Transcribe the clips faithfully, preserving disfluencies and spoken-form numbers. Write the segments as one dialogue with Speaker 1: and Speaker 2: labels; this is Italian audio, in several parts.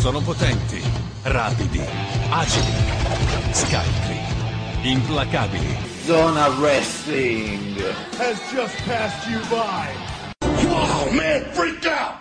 Speaker 1: Sono potenti, rapidi, agili, scaltri, implacabili.
Speaker 2: Zona Wrestling
Speaker 3: has just passed you by.
Speaker 4: Wow, man, freak out!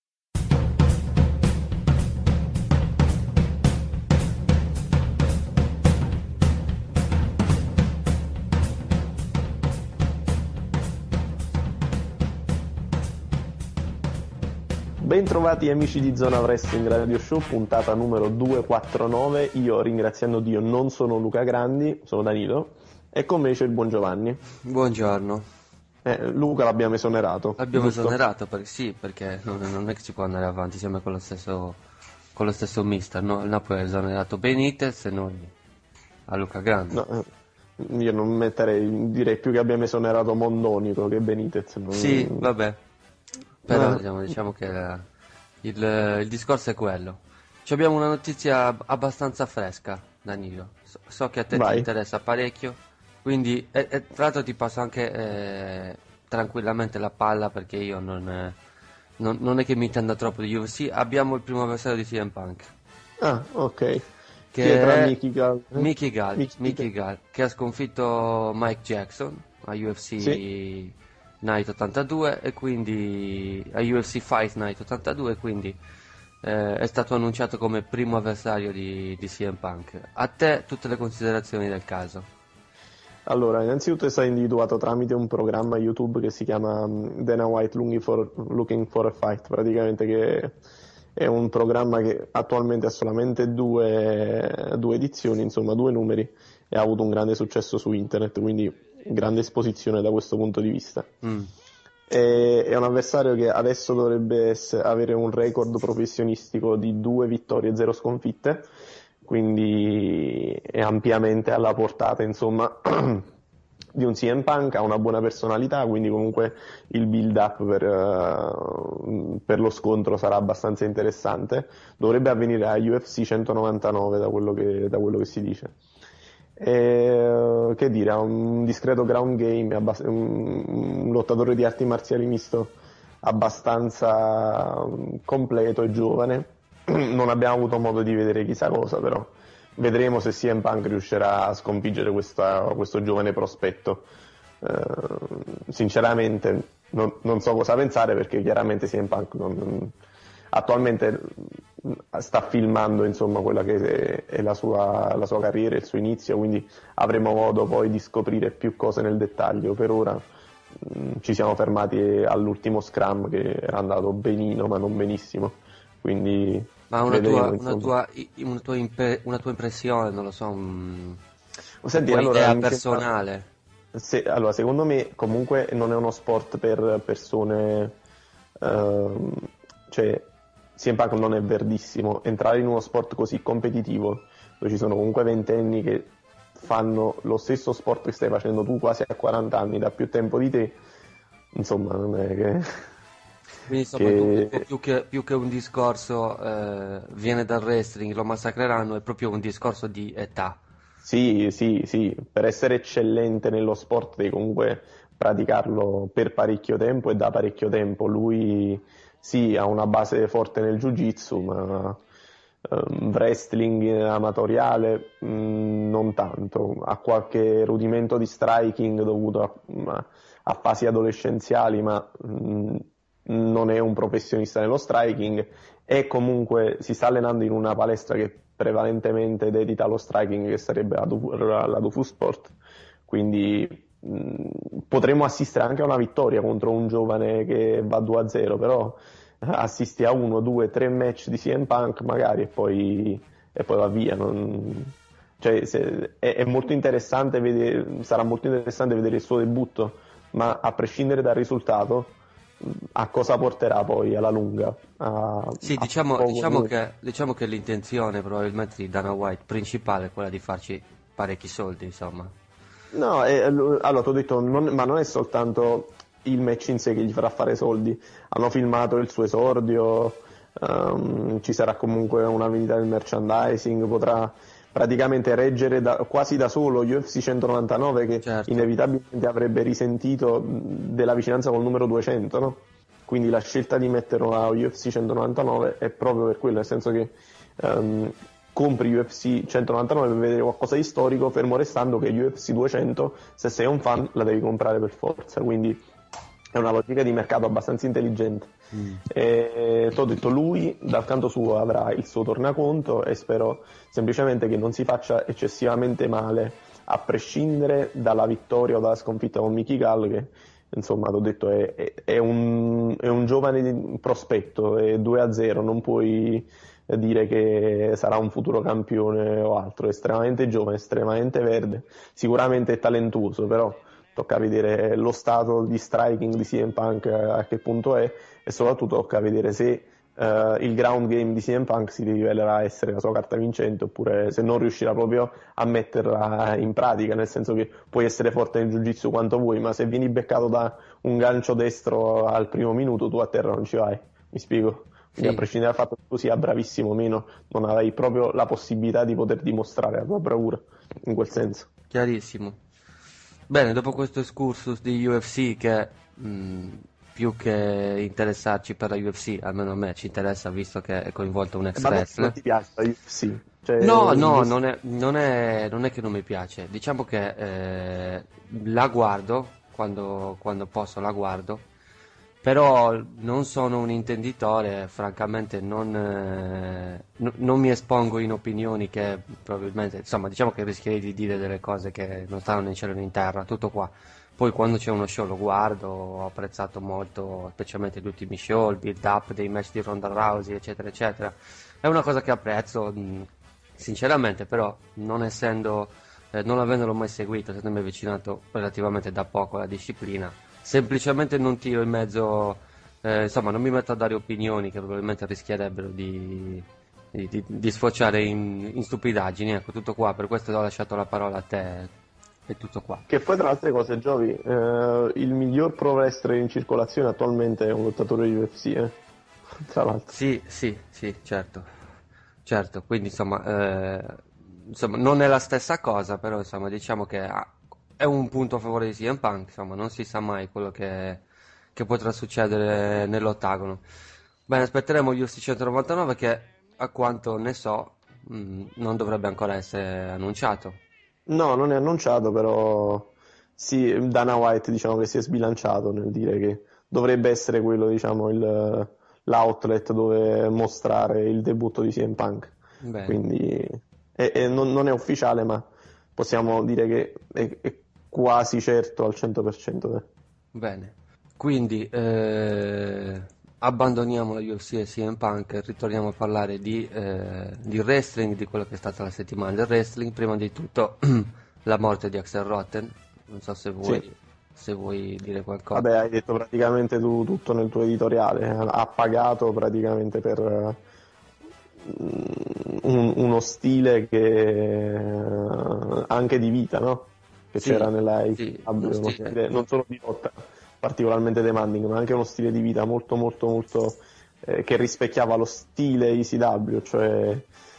Speaker 5: Bentrovati amici di Zona Wrestling Radio Show, puntata numero duecentoquarantanove. Io, ringraziando Dio, non sono Luca Grandi, sono Danilo, e con me c'è il buon Giovanni.
Speaker 6: Buongiorno.
Speaker 5: Eh, Luca l'abbiamo esonerato.
Speaker 6: L'abbiamo
Speaker 5: giusto?
Speaker 6: esonerato, per, sì, perché non, non è che si può andare avanti sempre con lo stesso, con lo stesso mister, no? Il Napoli ha esonerato Benitez e noi a Luca Grandi.
Speaker 5: No, eh, io non metterei, direi più che abbiamo esonerato Mondonico che Benitez. Non...
Speaker 6: Sì, vabbè. Però
Speaker 5: No.
Speaker 6: diciamo, diciamo che il, il discorso è quello. Ci abbiamo una notizia abbastanza fresca, Danilo. So, so che a te
Speaker 5: Vai.
Speaker 6: ti interessa parecchio, quindi e, e, tra l'altro ti passo anche eh, tranquillamente la palla, perché io non, eh, non, non è che mi intenda troppo di U F C. Abbiamo il primo avversario di C M Punk,
Speaker 5: Ah, ok.
Speaker 6: che
Speaker 5: Chi è tra
Speaker 6: è
Speaker 5: Mickey Gall?
Speaker 6: Mickey Gall,
Speaker 5: Mickey-
Speaker 6: Mickey Gall, che ha sconfitto Mike Jackson a U F C
Speaker 5: Sì.
Speaker 6: Night ottantadue e quindi a U F C Fight Night ottantadue, quindi eh, è stato annunciato come primo avversario di, di C M Punk. A te tutte le considerazioni del caso.
Speaker 5: Allora, innanzitutto è stato individuato tramite un programma YouTube che si chiama um, Dana White Looking for, Looking for a Fight, praticamente, che è un programma che attualmente ha solamente due, due edizioni, insomma due numeri, e ha avuto un grande successo su internet, quindi grande esposizione da questo punto di vista.
Speaker 6: Mm.
Speaker 5: E- è un avversario che adesso dovrebbe ess- avere un record professionistico di due vittorie e zero sconfitte, quindi è ampiamente alla portata, insomma, di un C M Punk. Ha una buona personalità, quindi comunque il build up per, eh, per lo scontro sarà abbastanza interessante. Dovrebbe avvenire a U F C centonovantanove, da quello che, da quello che si dice. E, che dire, ha un discreto ground game, abbast- un, un lottatore di arti marziali misto abbastanza mm, completo e giovane. Non abbiamo avuto modo di vedere chissà cosa, però vedremo se C M Punk riuscirà a sconfiggere questa- questo giovane prospetto. Eh, sinceramente non, non so cosa pensare, perché chiaramente C M Punk non- non- attualmente sta filmando, insomma, quella che è la sua, la sua carriera, il suo inizio, quindi avremo modo poi di scoprire più cose nel dettaglio. Per ora mh, ci siamo fermati all'ultimo scrum, che era andato benino ma non benissimo, quindi
Speaker 6: Ma una
Speaker 5: vedremo,
Speaker 6: tua, una,
Speaker 5: insomma.
Speaker 6: tua, una, tua impe- una tua impressione, non lo so, un,
Speaker 5: Senti,
Speaker 6: una tua
Speaker 5: allora,
Speaker 6: idea
Speaker 5: mi sembra-
Speaker 6: personale.
Speaker 5: Se- allora, secondo me comunque non è uno sport per persone, ehm, cioè C M Punk non è verdissimo. Entrare in uno sport così competitivo, dove ci sono comunque ventenni che fanno lo stesso sport che stai facendo tu quasi a quaranta anni, da più tempo di te, insomma, non è che...
Speaker 6: Quindi insomma
Speaker 5: che-
Speaker 6: tu, più, che, più che un discorso eh, viene dal wrestling, lo massacreranno, è proprio un discorso di età.
Speaker 5: Sì, sì, sì, per essere eccellente nello sport devi comunque praticarlo per parecchio tempo e da parecchio tempo. Lui sì, ha una base forte nel jiu-jitsu, ma ehm, wrestling amatoriale mh, non tanto. Ha qualche rudimento di striking dovuto a, a fasi adolescenziali, ma mh, non è un professionista nello striking, e comunque si sta allenando in una palestra che prevalentemente dedita allo striking, che sarebbe la Dufu, la Dufu Sport, quindi mh, potremmo assistere anche a una vittoria contro un giovane che va due a zero, però assisti a uno, due, tre match di C M Punk magari, e poi, e poi va via. Non... Cioè, se- è, è molto interessante vedere, sarà molto interessante vedere il suo debutto, ma a prescindere dal risultato, a cosa porterà poi alla lunga? A-
Speaker 6: Sì,
Speaker 5: a
Speaker 6: diciamo,
Speaker 5: poco-
Speaker 6: diciamo, che, diciamo che l'intenzione probabilmente di Dana White principale è quella di farci parecchi soldi, insomma.
Speaker 5: No, eh, allora ti ho detto, non- ma non è soltanto il match in sé che gli farà fare soldi. Hanno filmato il suo esordio, ehm, ci sarà comunque una vendita del merchandising, potrà praticamente reggere da- quasi da solo U F C centonovantanove, che
Speaker 6: Certo.
Speaker 5: inevitabilmente avrebbe risentito mh, della vicinanza col numero duecento, no? quindi la scelta di metterlo a U F C centonovantanove è proprio per quello, nel senso che um, compri U F C centonovantanove per vedere qualcosa di storico, fermo restando che U F C duecento, se sei un fan, la devi comprare per forza, quindi è una logica di mercato abbastanza intelligente. Mm. E ti ho detto, lui dal canto suo avrà il suo tornaconto e spero semplicemente che non si faccia eccessivamente male, a prescindere dalla vittoria o dalla sconfitta con Mickey Gall, che insomma ti ho detto è, è, è, un, è un giovane prospetto, è due a zero, non puoi dire che sarà un futuro campione o altro, è estremamente giovane, estremamente verde, sicuramente è talentuoso, però tocca vedere lo stato di striking di C M Punk a che punto è, e soprattutto tocca vedere se uh, il ground game di C M Punk si rivelerà essere la sua carta vincente, oppure se non riuscirà proprio a metterla in pratica, nel senso che puoi essere forte nel jiu-jitsu quanto vuoi, ma se vieni beccato da un gancio destro al primo minuto tu a terra non ci vai, mi spiego? Quindi sì. A prescindere dal fatto che tu sia bravissimo o meno, non avrai proprio la possibilità di poter dimostrare la tua bravura in quel senso.
Speaker 6: Chiarissimo. Bene, dopo questo excursus di U F C che mh, più che interessarci per la U F C, almeno a me ci interessa visto che è coinvolto un ex
Speaker 5: Ma
Speaker 6: wrestler.
Speaker 5: non ti piace la U F C? Cioè,
Speaker 6: no, no, non è, non, è, non è che non mi piace, diciamo che eh, la guardo, quando, quando posso la guardo, però non sono un intenditore, francamente non, eh, n- non mi espongo in opinioni che probabilmente, insomma, diciamo che rischierei di dire delle cose che non stanno né in cielo né in terra, tutto qua. Poi quando c'è uno show lo guardo, ho apprezzato molto, specialmente gli ultimi show, il build up dei match di Ronda Rousey, eccetera, eccetera. È una cosa che apprezzo, mh, sinceramente, però non essendo, eh, non avendolo mai seguito, essendomi avvicinato relativamente da poco alla disciplina, semplicemente non tiro in mezzo, eh, insomma non mi metto a dare opinioni che probabilmente rischierebbero di, di, di, di sfociare in, in stupidaggini, ecco, tutto qua, per questo ho lasciato la parola a te, è tutto qua.
Speaker 5: Che poi tra altre cose, Giovi, eh, il miglior pro wrestler in circolazione attualmente è un lottatore di U F C, eh? Tra l'altro.
Speaker 6: Sì, sì, sì, certo, certo, quindi insomma, eh, insomma non è la stessa cosa, però insomma diciamo che ha, è un punto a favore di C M Punk, insomma non si sa mai quello che, che potrà succedere nell'ottagono. Bene, aspetteremo U F C centonovantanove che a quanto ne so mh, non dovrebbe ancora essere annunciato.
Speaker 5: No, non è annunciato, però sì, Dana White diciamo che si è sbilanciato nel dire che dovrebbe essere quello, diciamo, il, l'outlet dove mostrare il debutto di C M Punk. Bene. Quindi è, è, non, non è ufficiale, ma possiamo dire che è, è quasi certo al cento per cento. Eh.
Speaker 6: Bene, quindi eh, abbandoniamo la U F C e C M Punk e ritorniamo a parlare di, eh, di wrestling, di quello che è stata la settimana del wrestling. Prima di tutto la morte di Axel Rotten, non so se vuoi, sì. se vuoi dire qualcosa.
Speaker 5: Vabbè, hai detto praticamente tu tutto nel tuo editoriale, ha pagato praticamente per un, uno stile che anche di vita, no? Che sì, c'era nella sì, uno stile, non solo di lotta particolarmente demanding, ma anche uno stile di vita molto molto molto eh, che rispecchiava lo stile E C W, cioè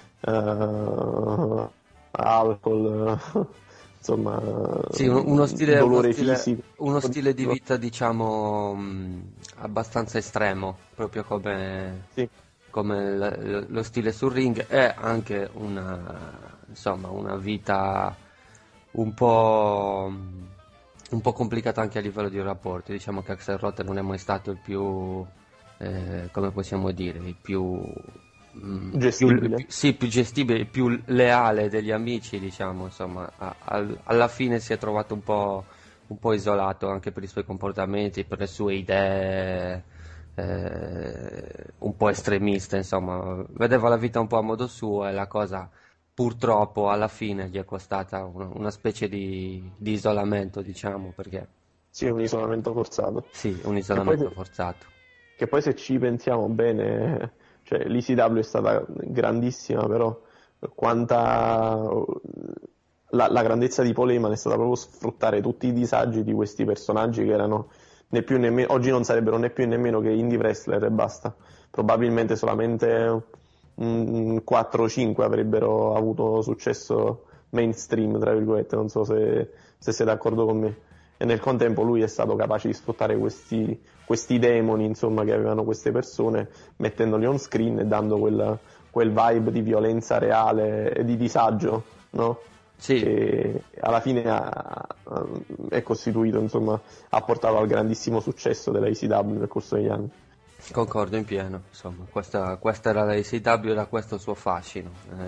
Speaker 5: uh, alcol, insomma,
Speaker 6: sì, uno, uno stile,
Speaker 5: dolore
Speaker 6: uno stile,
Speaker 5: fisico,
Speaker 6: uno stile di vita diciamo mh, abbastanza estremo, proprio come, sì. come l- lo stile sul ring, e anche una, insomma, una vita un po' un po' complicata anche a livello di rapporti. Diciamo che Axel Rotten non è mai stato il più eh, come possiamo dire, il più mh,
Speaker 5: gestibile,
Speaker 6: più, sì, più gestibile, il più leale degli amici, diciamo, insomma, a, a, alla fine si è trovato un po' un po' isolato anche per i suoi comportamenti, per le sue idee eh, un po' estremiste, insomma, vedeva la vita un po' a modo suo e la cosa purtroppo alla fine gli è costata una, una specie di, di isolamento, diciamo, perché
Speaker 5: sì, un isolamento forzato.
Speaker 6: Sì, un isolamento che forzato.
Speaker 5: Se, che poi se ci pensiamo bene, cioè l'E C W è stata grandissima, però quanta la, la grandezza di Paul Heyman è stata proprio sfruttare tutti i disagi di questi personaggi che erano né più né meno, oggi non sarebbero né più né meno che indie wrestler e basta. Probabilmente solamente quattro o cinque avrebbero avuto successo mainstream, tra virgolette, non so se, se sei d'accordo con me. e nel contempo lui è stato capace di sfruttare questi, questi demoni, insomma, che avevano queste persone, mettendoli on screen e dando quel, quel vibe di violenza reale e di disagio, no?
Speaker 6: Sì.
Speaker 5: Che alla fine ha, è costituito, insomma, ha portato al grandissimo successo della E C W nel corso degli anni.
Speaker 6: Concordo in pieno, insomma, questa, questa era la E C W, era questo il suo fascino,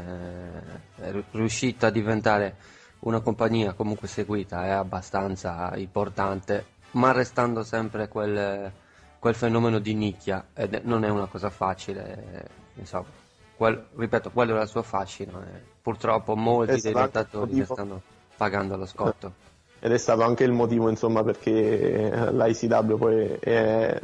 Speaker 6: eh, è riuscita a diventare una compagnia comunque seguita, è abbastanza importante, ma restando sempre quel, quel fenomeno di nicchia, ed non è una cosa facile, insomma, quel, ripeto, quello era il suo fascino, eh. Purtroppo molti dei lottatori ne stanno pagando lo scotto.
Speaker 5: Ed è stato anche il motivo, insomma, perché la E C W poi è,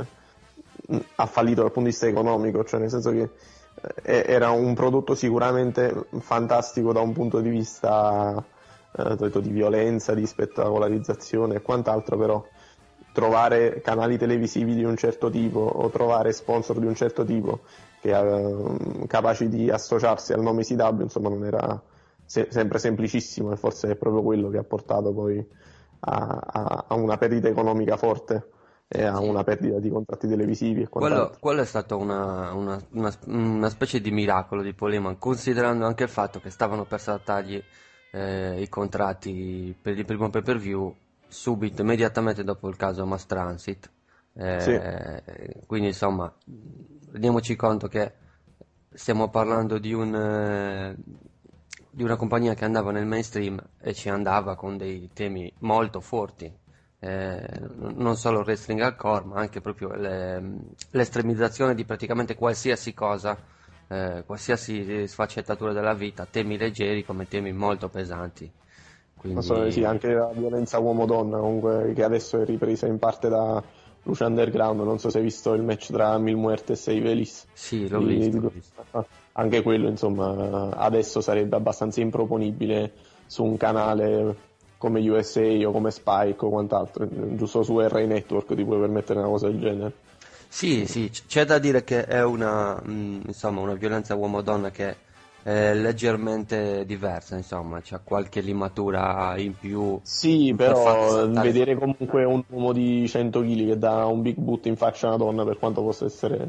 Speaker 5: ha fallito dal punto di vista economico, cioè nel senso che è, era un prodotto sicuramente fantastico da un punto di vista eh, di violenza, di spettacolarizzazione e quant'altro, però trovare canali televisivi di un certo tipo o trovare sponsor di un certo tipo che eh, capaci di associarsi al nome E C W, insomma, non era se- sempre semplicissimo, e forse è proprio quello che ha portato poi a, a, a una perdita economica forte e a
Speaker 6: Sì.
Speaker 5: una perdita di contratti televisivi e quant'altro.
Speaker 6: Quello, quello è stato una, una, una, una specie di miracolo di Poleman, considerando anche il fatto che stavano per saltargli eh, i contratti per il primo pay per view subito, immediatamente dopo il caso Mass Transit. Eh,
Speaker 5: Sì.
Speaker 6: Quindi insomma, rendiamoci conto che stiamo parlando di un eh, di una compagnia che andava nel mainstream e ci andava con dei temi molto forti, eh, non solo il wrestling hardcore, ma anche proprio le, l'estremizzazione di praticamente qualsiasi cosa, eh, qualsiasi sfaccettatura della vita, temi leggeri come temi molto pesanti. Quindi...
Speaker 5: Assolutamente sì, anche la violenza uomo-donna, comunque, che adesso è ripresa in parte da Lucha Underground. Non so se hai visto il match tra Mil Muertes e Ivelis.
Speaker 6: Sì, l'ho
Speaker 5: Di-
Speaker 6: visto,
Speaker 5: di-
Speaker 6: l'ho visto.
Speaker 5: Anche quello, insomma, adesso sarebbe abbastanza improponibile su un canale come U S A o come Spike o quant'altro. Giusto su R A Network ti puoi permettere una cosa del genere.
Speaker 6: Sì, sì, c- c'è da dire che è una, mh, insomma, una violenza uomo-donna che è leggermente diversa, insomma, c'è qualche limatura in più
Speaker 5: Sì,
Speaker 6: per farti
Speaker 5: però
Speaker 6: saltare.
Speaker 5: vedere comunque un uomo di cento chili che dà un big boot in faccia a una donna, per quanto possa essere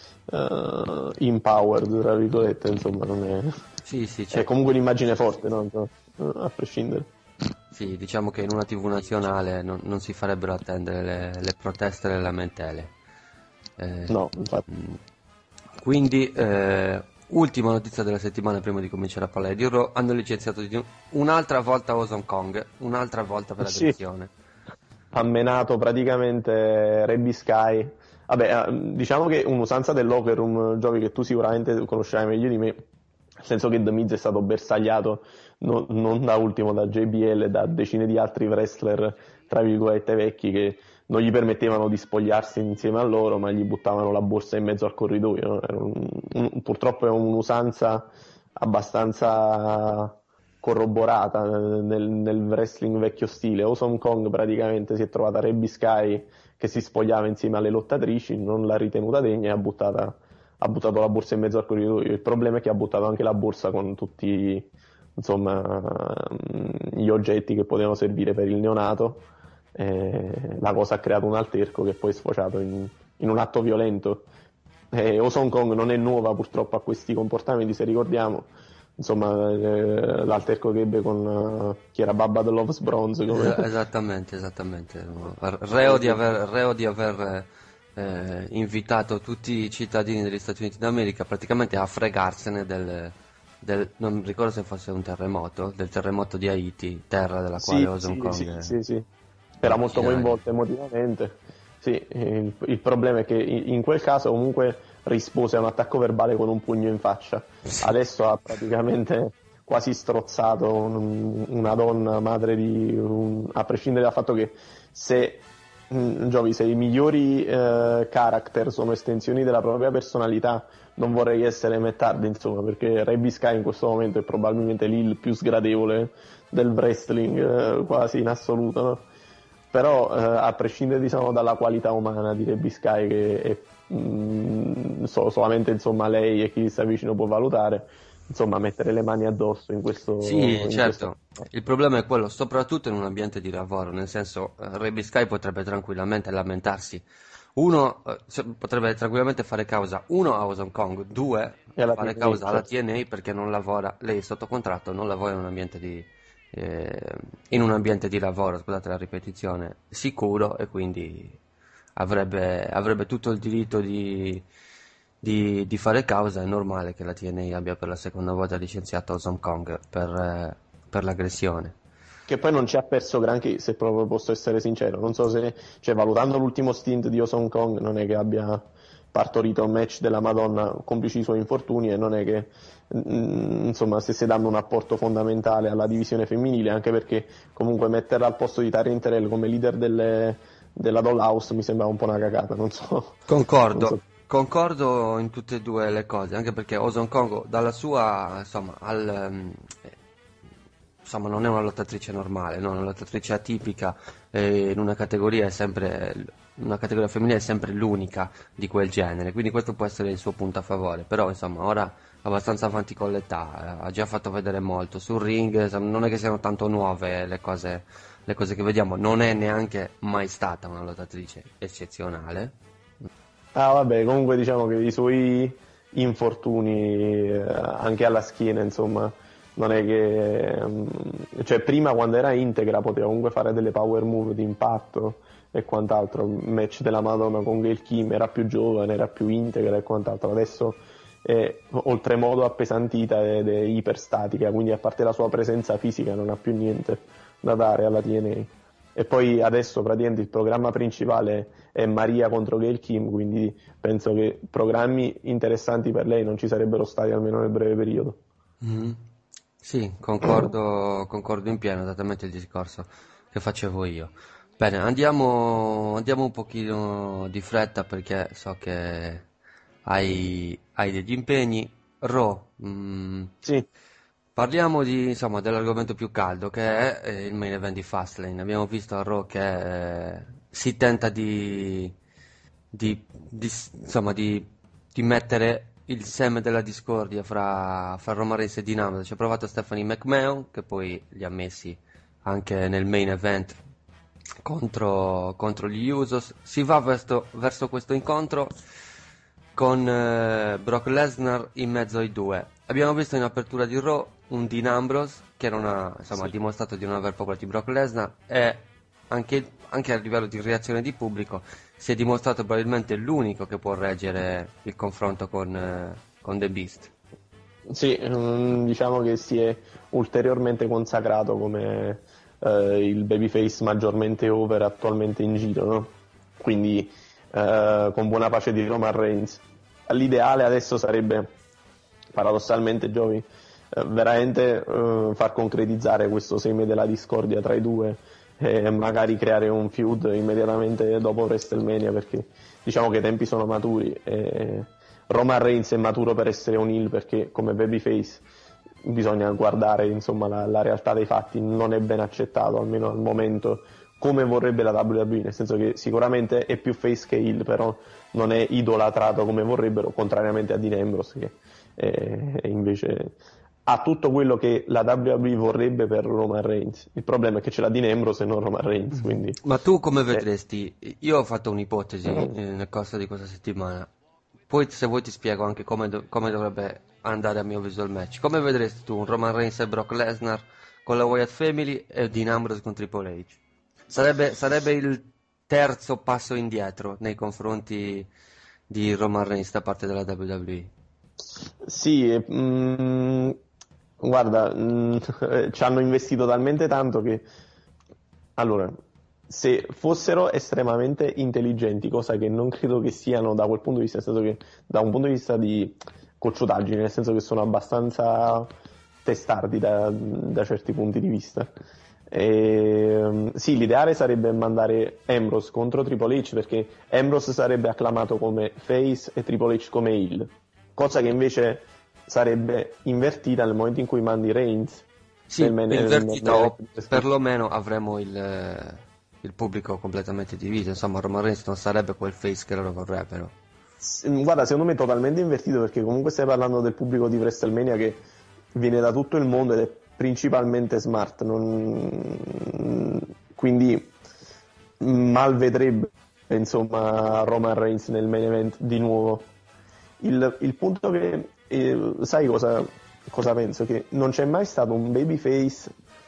Speaker 5: eh, empowered, tra virgolette, insomma, non è...
Speaker 6: Sì, sì,
Speaker 5: è
Speaker 6: c'è.
Speaker 5: comunque un'immagine forte, no? A prescindere.
Speaker 6: Sì, diciamo che in una tivù nazionale non, non si farebbero attendere le, le proteste e le lamentele. Eh,
Speaker 5: No, infatti.
Speaker 6: mh, quindi, eh, ultima notizia della settimana prima di cominciare a parlare di Raw, hanno licenziato di nu- un'altra volta Awesome Kong, un'altra volta per
Speaker 5: Sì.
Speaker 6: aggressione.
Speaker 5: Ha menato praticamente Rebby Sky. Vabbè, eh, diciamo che un'usanza del locker room, Giovi, che tu sicuramente conoscerai meglio di me, nel senso che The Miz è stato bersagliato no- non da ultimo da J B L, da decine di altri wrestler, tra virgolette, vecchi, che non gli permettevano di spogliarsi insieme a loro, ma gli buttavano la borsa in mezzo al corridoio, no? Era un- un- purtroppo è un'usanza abbastanza corroborata nel, nel wrestling vecchio stile. Awesome Kong praticamente si è trovata Rebby Sky che si spogliava insieme alle lottatrici, non l'ha ritenuta degna e ha, buttata, ha buttato la borsa in mezzo al corridoio. Il problema è che ha buttato anche la borsa con tutti, insomma, gli oggetti che potevano servire per il neonato. E la cosa ha creato un alterco che poi è sfociato in, in un atto violento. E Awesome Kong non è nuova purtroppo a questi comportamenti, se ricordiamo. Insomma, eh, l'alterco che ebbe con uh, chi era Baba the Loves Bronze, come...
Speaker 6: Es- Esattamente, esattamente. Reo di aver, reo di aver eh, invitato tutti i cittadini degli Stati Uniti d'America praticamente a fregarsene del, del- non ricordo se fosse un terremoto, del terremoto di Haiti, terra della quale
Speaker 5: Sì,
Speaker 6: Awesome
Speaker 5: sì,
Speaker 6: Kong
Speaker 5: sì,
Speaker 6: è-
Speaker 5: sì, sì. Era molto
Speaker 6: originario.
Speaker 5: coinvolto emotivamente. Sì, il, il problema è che in, in quel caso comunque rispose a un attacco verbale con un pugno in faccia. Adesso ha praticamente quasi strozzato un- una donna, madre di un... a prescindere dal fatto che se mh, Giovi, se i migliori eh, character sono estensioni della propria personalità, non vorrei essere mettardi, insomma, perché Rebby Sky in questo momento è probabilmente lì il più sgradevole del wrestling, eh, quasi in assoluto, no? Però eh, a prescindere, diciamo, dalla qualità umana di Rebby Sky, che è, mh, so- solamente insomma lei e chi sta vicino può valutare, insomma mettere le mani addosso in questo.
Speaker 6: Sì,
Speaker 5: in
Speaker 6: certo.
Speaker 5: questo...
Speaker 6: Il problema è quello, soprattutto in un ambiente di lavoro, nel senso, eh, Rey Biscay potrebbe tranquillamente lamentarsi. Uno, eh, se- potrebbe tranquillamente fare causa, uno a Awesome Kong, due,
Speaker 5: E alla
Speaker 6: fare
Speaker 5: T N A,
Speaker 6: causa alla
Speaker 5: certo.
Speaker 6: T N A perché non lavora, lei è sotto contratto, non lavora in un ambiente di, eh, in un ambiente di lavoro, scusate la ripetizione, sicuro e quindi avrebbe, avrebbe tutto il diritto di, di, di fare causa. È normale che la T N A abbia per la seconda volta licenziato Awesome Kong per, eh, per l'aggressione.
Speaker 5: Che poi non ci ha perso granché, se proprio posso essere sincero. Non so se, cioè, valutando l'ultimo stint di Awesome Kong, non è che abbia partorito un match della Madonna, complici i suoi infortuni, e non è che, mm, insomma, stesse dando un apporto fondamentale alla divisione femminile, anche perché comunque metterla al posto di Taryn Terrell come leader delle, della Dollhouse mi sembra un po' una cagata, non so.
Speaker 6: Concordo,
Speaker 5: Non so.
Speaker 6: concordo in tutte e due le cose, anche perché Awesome Kong dalla sua, insomma, al, ehm, insomma, non è una lottatrice normale, no? Una lottatrice atipica, eh, in una categoria è sempre, una categoria femminile è sempre l'unica di quel genere, quindi questo può essere il suo punto a favore, però insomma ora abbastanza avanti con l'età, eh, ha già fatto vedere molto sul ring, insomma, non è che siano tanto nuove le cose, le cose che vediamo, non è neanche mai stata una lottatrice eccezionale.
Speaker 5: Ah, vabbè, comunque diciamo che i suoi infortuni, eh, anche alla schiena, insomma, non è che, mm, cioè, prima quando era integra poteva comunque fare delle power move di impatto e quant'altro. Il match della Madonna con Gail Kim era più giovane, era più integra e quant'altro. Adesso è oltremodo appesantita ed è iperstatica, quindi a parte la sua presenza fisica non ha più niente da dare alla T N A. E poi adesso praticamente il programma principale è Maria contro Gail Kim, quindi penso che programmi interessanti per lei non ci sarebbero stati, almeno nel breve periodo.
Speaker 6: Mm. Sì, concordo, concordo in pieno, esattamente il discorso che facevo io. Bene, andiamo, andiamo un pochino di fretta perché so che hai, hai degli impegni. Ro, mm,
Speaker 5: Sì,
Speaker 6: parliamo di, insomma, dell'argomento più caldo che è eh, il main event di Fastlane. Abbiamo visto a Raw che eh, si tenta di, di, di, insomma, di, di mettere il seme della discordia fra, fra Roman Reigns e Dean Ambrose. Ci ha provato Stephanie McMahon, che poi li ha messi anche nel main event contro, contro gli Usos. Si va verso, verso questo incontro con eh, Brock Lesnar in mezzo ai due. Abbiamo visto in apertura di Raw un Dean Ambrose che non ha, insomma,
Speaker 5: Sì.
Speaker 6: dimostrato di non aver paura di Brock Lesnar, e anche, anche a livello di reazione di pubblico si è dimostrato probabilmente l'unico che può reggere il confronto con, eh, con The Beast.
Speaker 5: sì, mm, diciamo che si è ulteriormente consacrato come eh, il babyface maggiormente over attualmente in giro, no? Quindi eh, con buona pace di Roman Reigns. L'ideale adesso sarebbe, paradossalmente, Giovi, eh, veramente eh, far concretizzare questo seme della discordia tra i due e magari creare un feud immediatamente dopo WrestleMania, perché diciamo che i tempi sono maturi e Roman Reigns è maturo per essere un heel, perché come babyface bisogna guardare, insomma, la, la realtà dei fatti, non è ben accettato, almeno al momento, come vorrebbe la W W E, nel senso che sicuramente è più face che heel, però non è idolatrato come vorrebbero, contrariamente a Dean Ambrose, che è, è invece ha tutto quello che la W W E vorrebbe per Roman Reigns. Il problema è che c'è la Dean Ambrose e non Roman Reigns, quindi
Speaker 6: Ma tu come
Speaker 5: eh,
Speaker 6: vedresti? Io ho fatto un'ipotesi eh, nel corso di questa settimana. Poi se vuoi ti spiego anche come, do- come dovrebbe andare a mio visual match. Come vedresti tu un Roman Reigns e Brock Lesnar con la Wyatt Family e Dean Ambrose con Triple H? Sarebbe, sarebbe il terzo passo indietro nei confronti di Roman Reigns da parte della W W E.
Speaker 5: sì, e, mm, guarda, mm, ci hanno investito talmente tanto che, allora, se fossero estremamente intelligenti, cosa che non credo che siano da quel punto di vista, nel senso che da un punto di vista di cocciutaggine, nel senso che sono abbastanza testardi da, da certi punti di vista. E, sì, l'ideale sarebbe mandare Ambrose contro Triple H, perché Ambrose sarebbe acclamato come face e Triple H come heel, cosa che invece sarebbe invertita nel momento in cui mandi Reigns.
Speaker 6: Sì,
Speaker 5: nel main-
Speaker 6: invertita,
Speaker 5: nel-
Speaker 6: o perlomeno avremo il, eh, il pubblico completamente diviso. Insomma, Roman Reigns non sarebbe quel face che loro vorrebbero.
Speaker 5: S- Guarda, secondo me è totalmente invertito, perché comunque stai parlando del pubblico di WrestleMania che viene da tutto il mondo ed è principalmente smart, non... quindi mal vedrebbe insomma Roman Reigns nel main event di nuovo. Il, il punto che eh, sai cosa, cosa penso? Che non c'è mai stato un babyface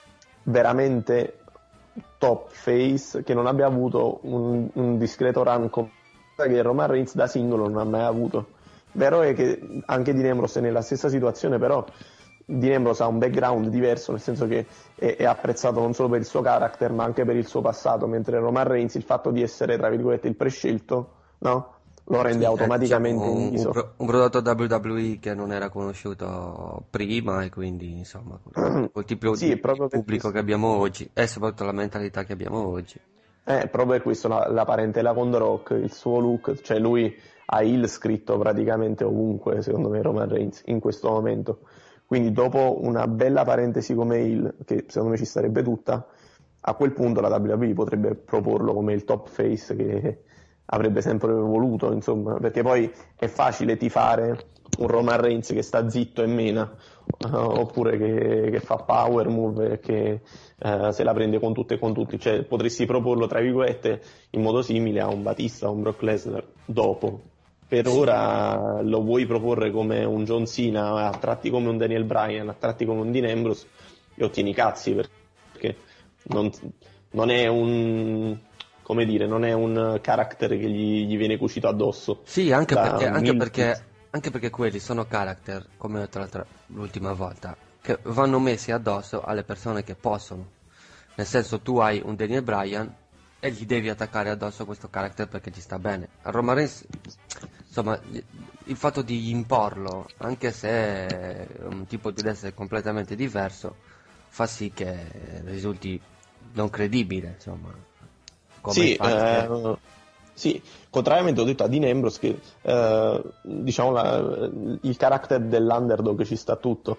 Speaker 5: veramente top face che non abbia avuto un, un discreto run come che Roman Reigns da singolo non ha mai avuto. Vero è che anche Dean Ambrose è nella stessa situazione, però Dean Ambrose ha un background diverso, nel senso che è, è apprezzato non solo per il suo character ma anche per il suo passato, mentre Roman Reigns il fatto di essere tra virgolette il prescelto, no? Lo rende
Speaker 6: Sì,
Speaker 5: automaticamente
Speaker 6: è, diciamo,
Speaker 5: un,
Speaker 6: un, pro- un prodotto W W E che non era conosciuto prima e quindi insomma col, col tipo
Speaker 5: sì,
Speaker 6: di
Speaker 5: proprio per
Speaker 6: pubblico
Speaker 5: questo.
Speaker 6: che abbiamo oggi e soprattutto la mentalità che abbiamo oggi.
Speaker 5: Eh, proprio per questo la, la parentela con The Rock, il suo look, cioè lui ha il scritto praticamente ovunque, secondo me, Roman Reigns in questo momento. Quindi dopo una bella parentesi come il, che secondo me ci starebbe tutta, a quel punto la W W E potrebbe proporlo come il top face che avrebbe sempre voluto, insomma, perché poi è facile tifare un Roman Reigns che sta zitto e mena, uh, oppure che, che fa power move e che uh, se la prende con tutte e con tutti, cioè potresti proporlo tra virgolette in modo simile a un Batista o un Brock Lesnar dopo. Per ora lo vuoi proporre come un John Cena, a tratti come un Daniel Bryan, a tratti come un Dean Ambrose, e ottieni i cazzi, perché non, non è un, come dire, non è un character che gli, gli viene cucito addosso.
Speaker 6: Sì, anche
Speaker 5: da
Speaker 6: perché, anche
Speaker 5: mille-
Speaker 6: perché anche perché quelli sono character, come ho detto l'altra- l'ultima volta, che vanno messi addosso alle persone che possono. Nel senso, tu hai un Daniel Bryan e gli devi attaccare addosso questo character perché ti sta bene. A Roman Reigns, insomma, gli- il fatto di imporlo, anche se è un tipo di essere completamente diverso, fa sì che risulti non credibile, insomma. Come
Speaker 5: Sì,
Speaker 6: il fatto che-
Speaker 5: eh, sì, contrariamente ho detto a Dean Ambrose che eh, diciamo la- il character dell'underdog ci sta tutto,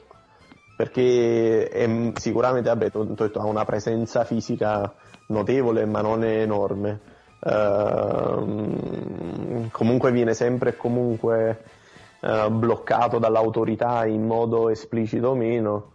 Speaker 5: perché è, sicuramente vabbè, t'ho- t'ho detto, ha una presenza fisica notevole ma non è enorme. Ehm, comunque viene sempre e comunque eh, bloccato dall'autorità in modo esplicito o meno.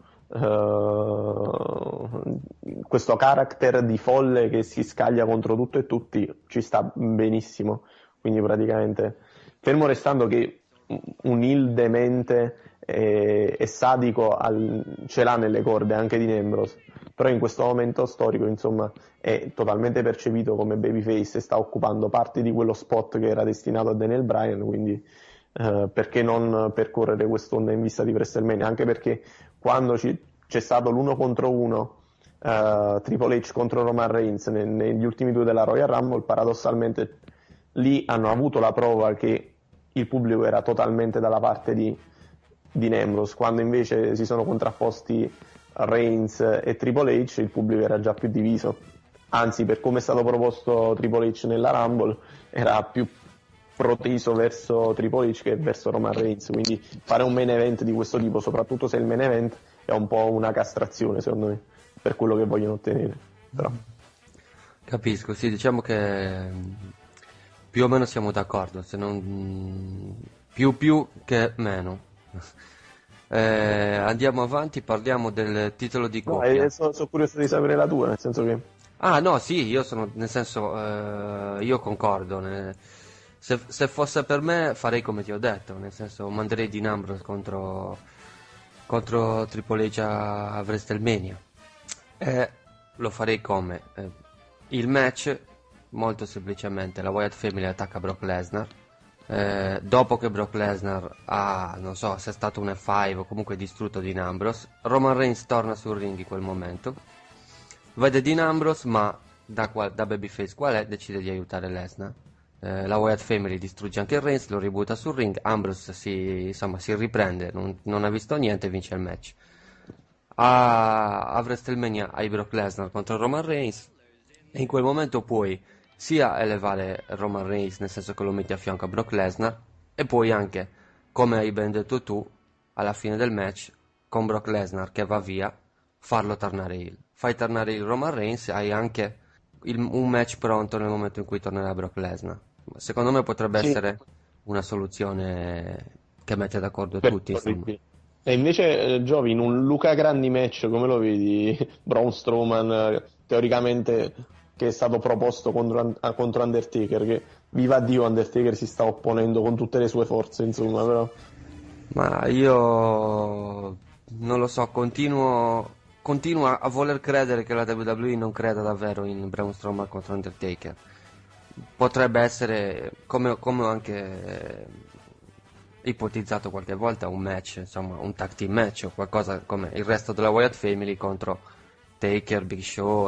Speaker 5: Uh, questo character di folle che si scaglia contro tutto e tutti ci sta benissimo, quindi praticamente fermo restando che un heel demente e, e sadico al, ce l'ha nelle corde anche di Ambrose, però in questo momento storico insomma è totalmente percepito come babyface e sta occupando parte di quello spot che era destinato a Daniel Bryan, quindi Uh, perché non percorrere quest'onda in vista di WrestleMania, anche perché quando ci, c'è stato l'uno contro uno uh, Triple H contro Roman Reigns ne, negli ultimi due della Royal Rumble, paradossalmente lì hanno avuto la prova che il pubblico era totalmente dalla parte di, di Ambrose, quando invece si sono contrapposti Reigns e Triple H il pubblico era già più diviso, anzi per come è stato proposto Triple H nella Rumble era più proteso verso Triple H che verso Roman Reigns, quindi fare un main event di questo tipo, soprattutto se il main event è un po' una castrazione secondo me per quello che vogliono ottenere. Però
Speaker 6: Capisco, sì, diciamo che mh, più o meno siamo d'accordo, se non mh, più più che meno. Eh, andiamo avanti, parliamo del titolo di
Speaker 5: no,
Speaker 6: coppia.
Speaker 5: eh, sono, sono curioso di sapere la tua, nel senso che
Speaker 6: Ah, no, sì, io sono, nel senso, eh, io concordo. ne- se, se fosse per me farei come ti ho detto, nel senso, manderei Dean Ambrose contro, contro Triple H a, a WrestleMania. E lo farei come? Eh, il match, molto semplicemente, la Wyatt Family attacca Brock Lesnar. Eh, dopo che Brock Lesnar ha, non so, se è stato un F cinque o comunque distrutto Dean Ambrose, Roman Reigns torna sul ring in quel momento. Vede Dean Ambrose, ma da, qual- da babyface qual è, decide di aiutare Lesnar. Eh, la Wyatt Family distrugge anche Reigns, lo ributta sul ring. Ambrose si, insomma, si riprende, non, non ha visto niente e vince il match. A, a WrestleMania hai Brock Lesnar contro Roman Reigns e in quel momento puoi sia elevare Roman Reigns, nel senso che lo metti a fianco a Brock Lesnar, e poi anche, come hai ben detto tu, alla fine del match, con Brock Lesnar che va via, farlo tornare heel. Fai tornare il Roman Reigns, hai anche il- un match pronto nel momento in cui tornerà Brock Lesnar. Secondo me potrebbe
Speaker 5: sì,
Speaker 6: essere una soluzione che mette d'accordo
Speaker 5: per-
Speaker 6: tutti, insomma.
Speaker 5: orribile. E invece, eh, Giovi, in un Luca Grandi match, come lo vedi? Braun Strowman, eh, teoricamente, che è stato proposto contro, ah, contro Undertaker, che viva Dio Undertaker si sta opponendo con tutte le sue forze, insomma, però...
Speaker 6: Ma io non lo so, continuo, continuo a voler credere che la W W E non creda davvero in Braun Strowman contro Undertaker. Potrebbe essere, come, come ho anche ipotizzato qualche volta, un match, insomma, un tag team match o qualcosa come il resto della Wyatt Family contro Taker, Big Show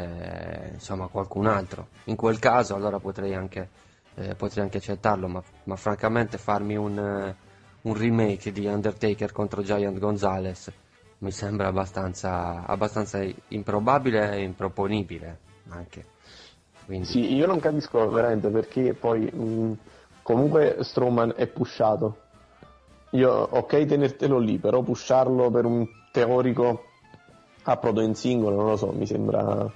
Speaker 6: e insomma qualcun altro. In quel caso allora potrei anche, eh, potrei anche accettarlo, ma, ma francamente farmi un, eh, un remake di Undertaker contro Giant Gonzalez mi sembra abbastanza, abbastanza improbabile e improponibile anche. Quindi...
Speaker 5: Sì, io non capisco veramente perché poi mh, comunque Strowman è pushato. Io, ok, tenertelo lì, però pusharlo per un teorico approdo in singolo, non lo so, mi sembra...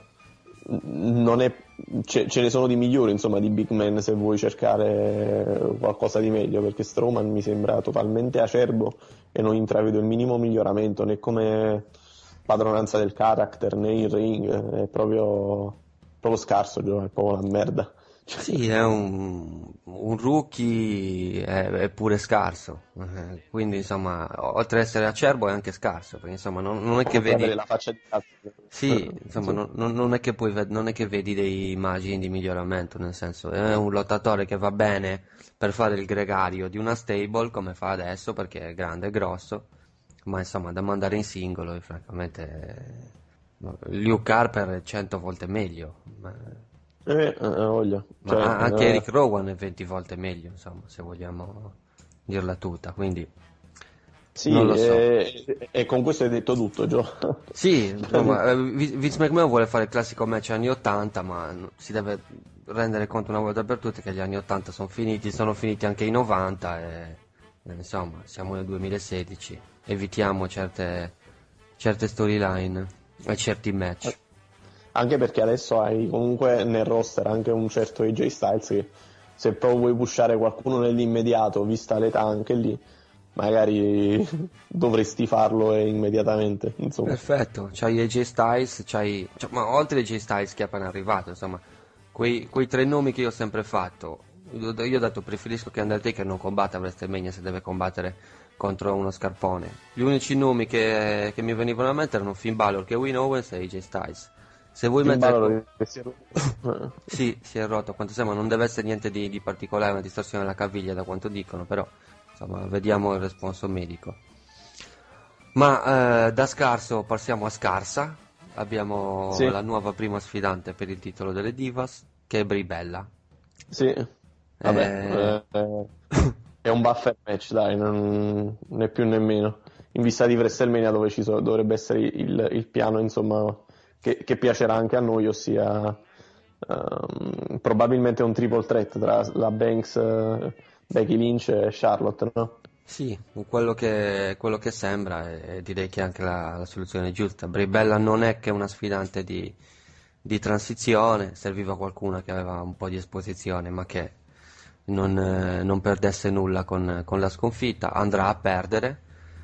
Speaker 5: Non è... ce, ce ne sono di migliori, insomma, di big man se vuoi cercare qualcosa di meglio, perché Strowman mi sembra totalmente acerbo e non intravedo il minimo miglioramento né come padronanza del character né in ring, è proprio... proprio scarso, Gio, è proprio una merda.
Speaker 6: Sì, è un, un rookie, è, è pure scarso, eh, quindi insomma, oltre ad essere acerbo è anche scarso, perché insomma non, non è che
Speaker 5: Oltre ad
Speaker 6: vedi...
Speaker 5: avere la faccia di cazzo.
Speaker 6: Sì,
Speaker 5: Eh,
Speaker 6: insomma, non, non- non è che poi ved- non è che vedi dei margini di miglioramento, nel senso, è un lottatore che va bene per fare il gregario di una stable, come fa adesso, perché è grande e grosso, ma insomma, da mandare in singolo, francamente... No, Luke Harper è cento volte meglio, ma,
Speaker 5: eh, eh, voglia.
Speaker 6: ma
Speaker 5: Cioè,
Speaker 6: anche
Speaker 5: eh,
Speaker 6: Eric Rowan è venti volte meglio, insomma, se vogliamo dirla tutta, quindi
Speaker 5: sì,
Speaker 6: non lo so.
Speaker 5: e, e con questo hai detto tutto, Gio.
Speaker 6: Sì, insomma, eh, Vi- Vince McMahon vuole fare il classico match anni ottanta, ma n- si deve rendere conto una volta per tutte che gli anni ottanta sono finiti, sono finiti anche i novanta e, e insomma, siamo nel duemilasedici, evitiamo certe, certe storyline e certi match.
Speaker 5: Anche perché adesso hai comunque nel roster anche un certo A J Styles che se proprio vuoi pushare qualcuno nell'immediato, vista l'età anche lì, magari dovresti farlo e immediatamente, insomma.
Speaker 6: Perfetto, c'hai A J Styles, c'hai, cioè, ma oltre a A J Styles che è appena arrivato, insomma, quei, quei tre nomi che io ho sempre fatto, io, io ho detto preferisco che Undertaker non combatta a WrestleMania se deve combattere contro uno scarpone. Gli unici nomi che, che mi venivano a mente erano Finn Balor, Kevin Owens e A J Styles. Se vuoi
Speaker 5: Finn
Speaker 6: mettere...
Speaker 5: Balor che si è rotto.
Speaker 6: Sì, si è rotto, a quanto sembra, non deve essere niente di, di particolare, una distorsione alla caviglia da quanto dicono, però insomma vediamo il responso medico. Ma eh, da scarso passiamo a scarsa, abbiamo
Speaker 5: Sì.
Speaker 6: la nuova prima sfidante per il titolo delle Divas, che è Brie Bella.
Speaker 5: Sì, vabbè,
Speaker 6: Eh,
Speaker 5: eh, è un buffer match, dai, non né più né meno. In vista di WrestleMania dove ci so- dovrebbe essere il, il piano, insomma, che, che piacerà anche a noi, ossia ehm, probabilmente un triple threat tra la Banks, eh, Becky Lynch e Charlotte, no?
Speaker 6: Sì, quello che, quello che sembra, e direi che è anche la, la soluzione giusta. Brie Bella non è che una sfidante di, di transizione, serviva qualcuno che aveva un po' di esposizione, ma che non, eh, non perdesse nulla con, con la sconfitta, andrà a perdere.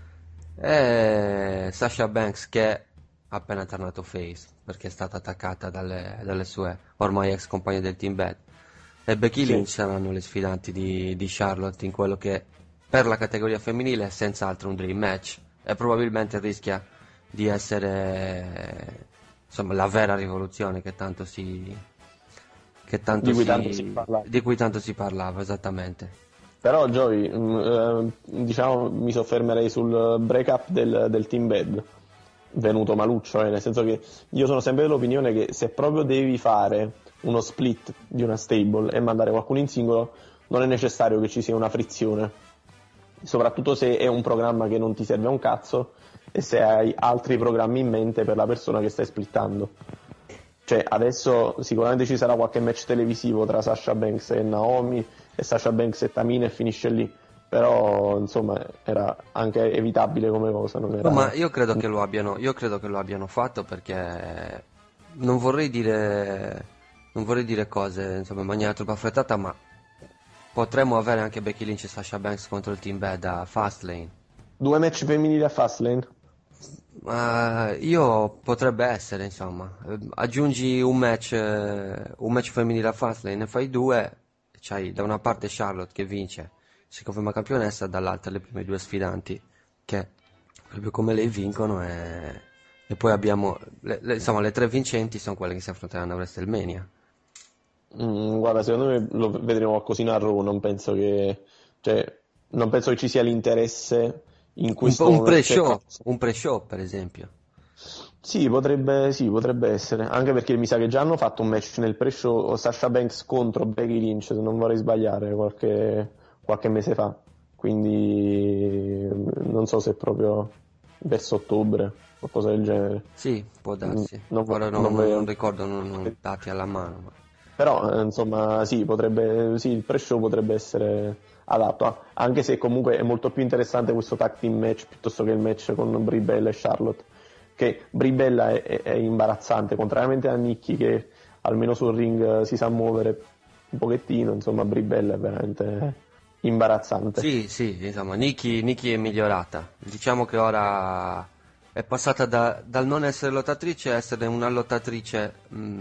Speaker 6: E Sasha Banks che è appena tornato face, perché è stata attaccata dalle, dalle sue ormai ex compagne del Team Bad. E Becky
Speaker 5: Sì.
Speaker 6: Lynch saranno le sfidanti di, di Charlotte in quello che per la categoria femminile è senz'altro un dream match e probabilmente rischia di essere insomma la vera rivoluzione che tanto si che tanto
Speaker 5: Di cui
Speaker 6: si,
Speaker 5: tanto si parlava.
Speaker 6: di cui tanto si parlava, esattamente.
Speaker 5: Però Joey, mh, eh, diciamo, mi soffermerei sul break-up del, del Team Bad, venuto maluccio, eh, nel senso che io sono sempre dell'opinione che se proprio devi fare uno split di una stable e mandare qualcuno in singolo, non è necessario che ci sia una frizione, soprattutto se è un programma che non ti serve a un cazzo e se hai altri programmi in mente per la persona che stai splittando. Cioè, adesso sicuramente ci sarà qualche match televisivo tra Sasha Banks e Naomi e Sasha Banks e Tamina e finisce lì. Però, insomma, era anche evitabile come cosa. Non era...
Speaker 6: No, ma io credo che lo abbiano, io credo che lo abbiano fatto perché non vorrei dire, non vorrei dire cose insomma in maniera troppo affrettata, ma potremmo avere anche Becky Lynch e Sasha Banks contro il Team Bad a Fastlane.
Speaker 5: Due match femminili a Fastlane?
Speaker 6: Uh, io potrebbe essere, insomma, Eh, aggiungi un match, eh, un match femminile a Fastlane, ne fai due, c'hai da una parte Charlotte che vince, si conferma campionessa, dall'altra le prime due sfidanti che proprio come lei vincono e, e poi abbiamo, le, le- insomma, le tre vincenti sono quelle che si affronteranno a WrestleMania.
Speaker 5: Mm, guarda, secondo me lo vedremo qualcosina a Raw, non penso che, cioè, non penso che ci sia l'interesse in
Speaker 6: Un,
Speaker 5: questo
Speaker 6: po- un
Speaker 5: momento.
Speaker 6: pre-show, un pre-show per esempio.
Speaker 5: Sì, potrebbe, sì, potrebbe essere, anche perché mi sa che già hanno fatto un match nel pre-show Sasha Banks contro Becky Lynch, se non vorrei sbagliare, qualche, qualche mese fa, quindi non so se è proprio verso ottobre, qualcosa del genere.
Speaker 6: Sì, può darsi.
Speaker 5: Mm, non vo-
Speaker 6: Ora non,
Speaker 5: non
Speaker 6: non-
Speaker 5: ve-
Speaker 6: non ricordo, non, non dati alla mano. Ma...
Speaker 5: Però, eh, insomma, sì, potrebbe, sì, il pre-show potrebbe essere adatto, a- anche se comunque è molto più interessante questo tag team match piuttosto che il match con Brie Bella e Charlotte, che Brie Bella è, è- è imbarazzante, contrariamente a Nikki che almeno sul ring eh, si sa muovere un pochettino, insomma, Brie Bella è veramente imbarazzante.
Speaker 6: Sì, sì, insomma, Nikki, Nikki è migliorata. Diciamo che ora è passata da- dal non essere lottatrice a essere una lottatrice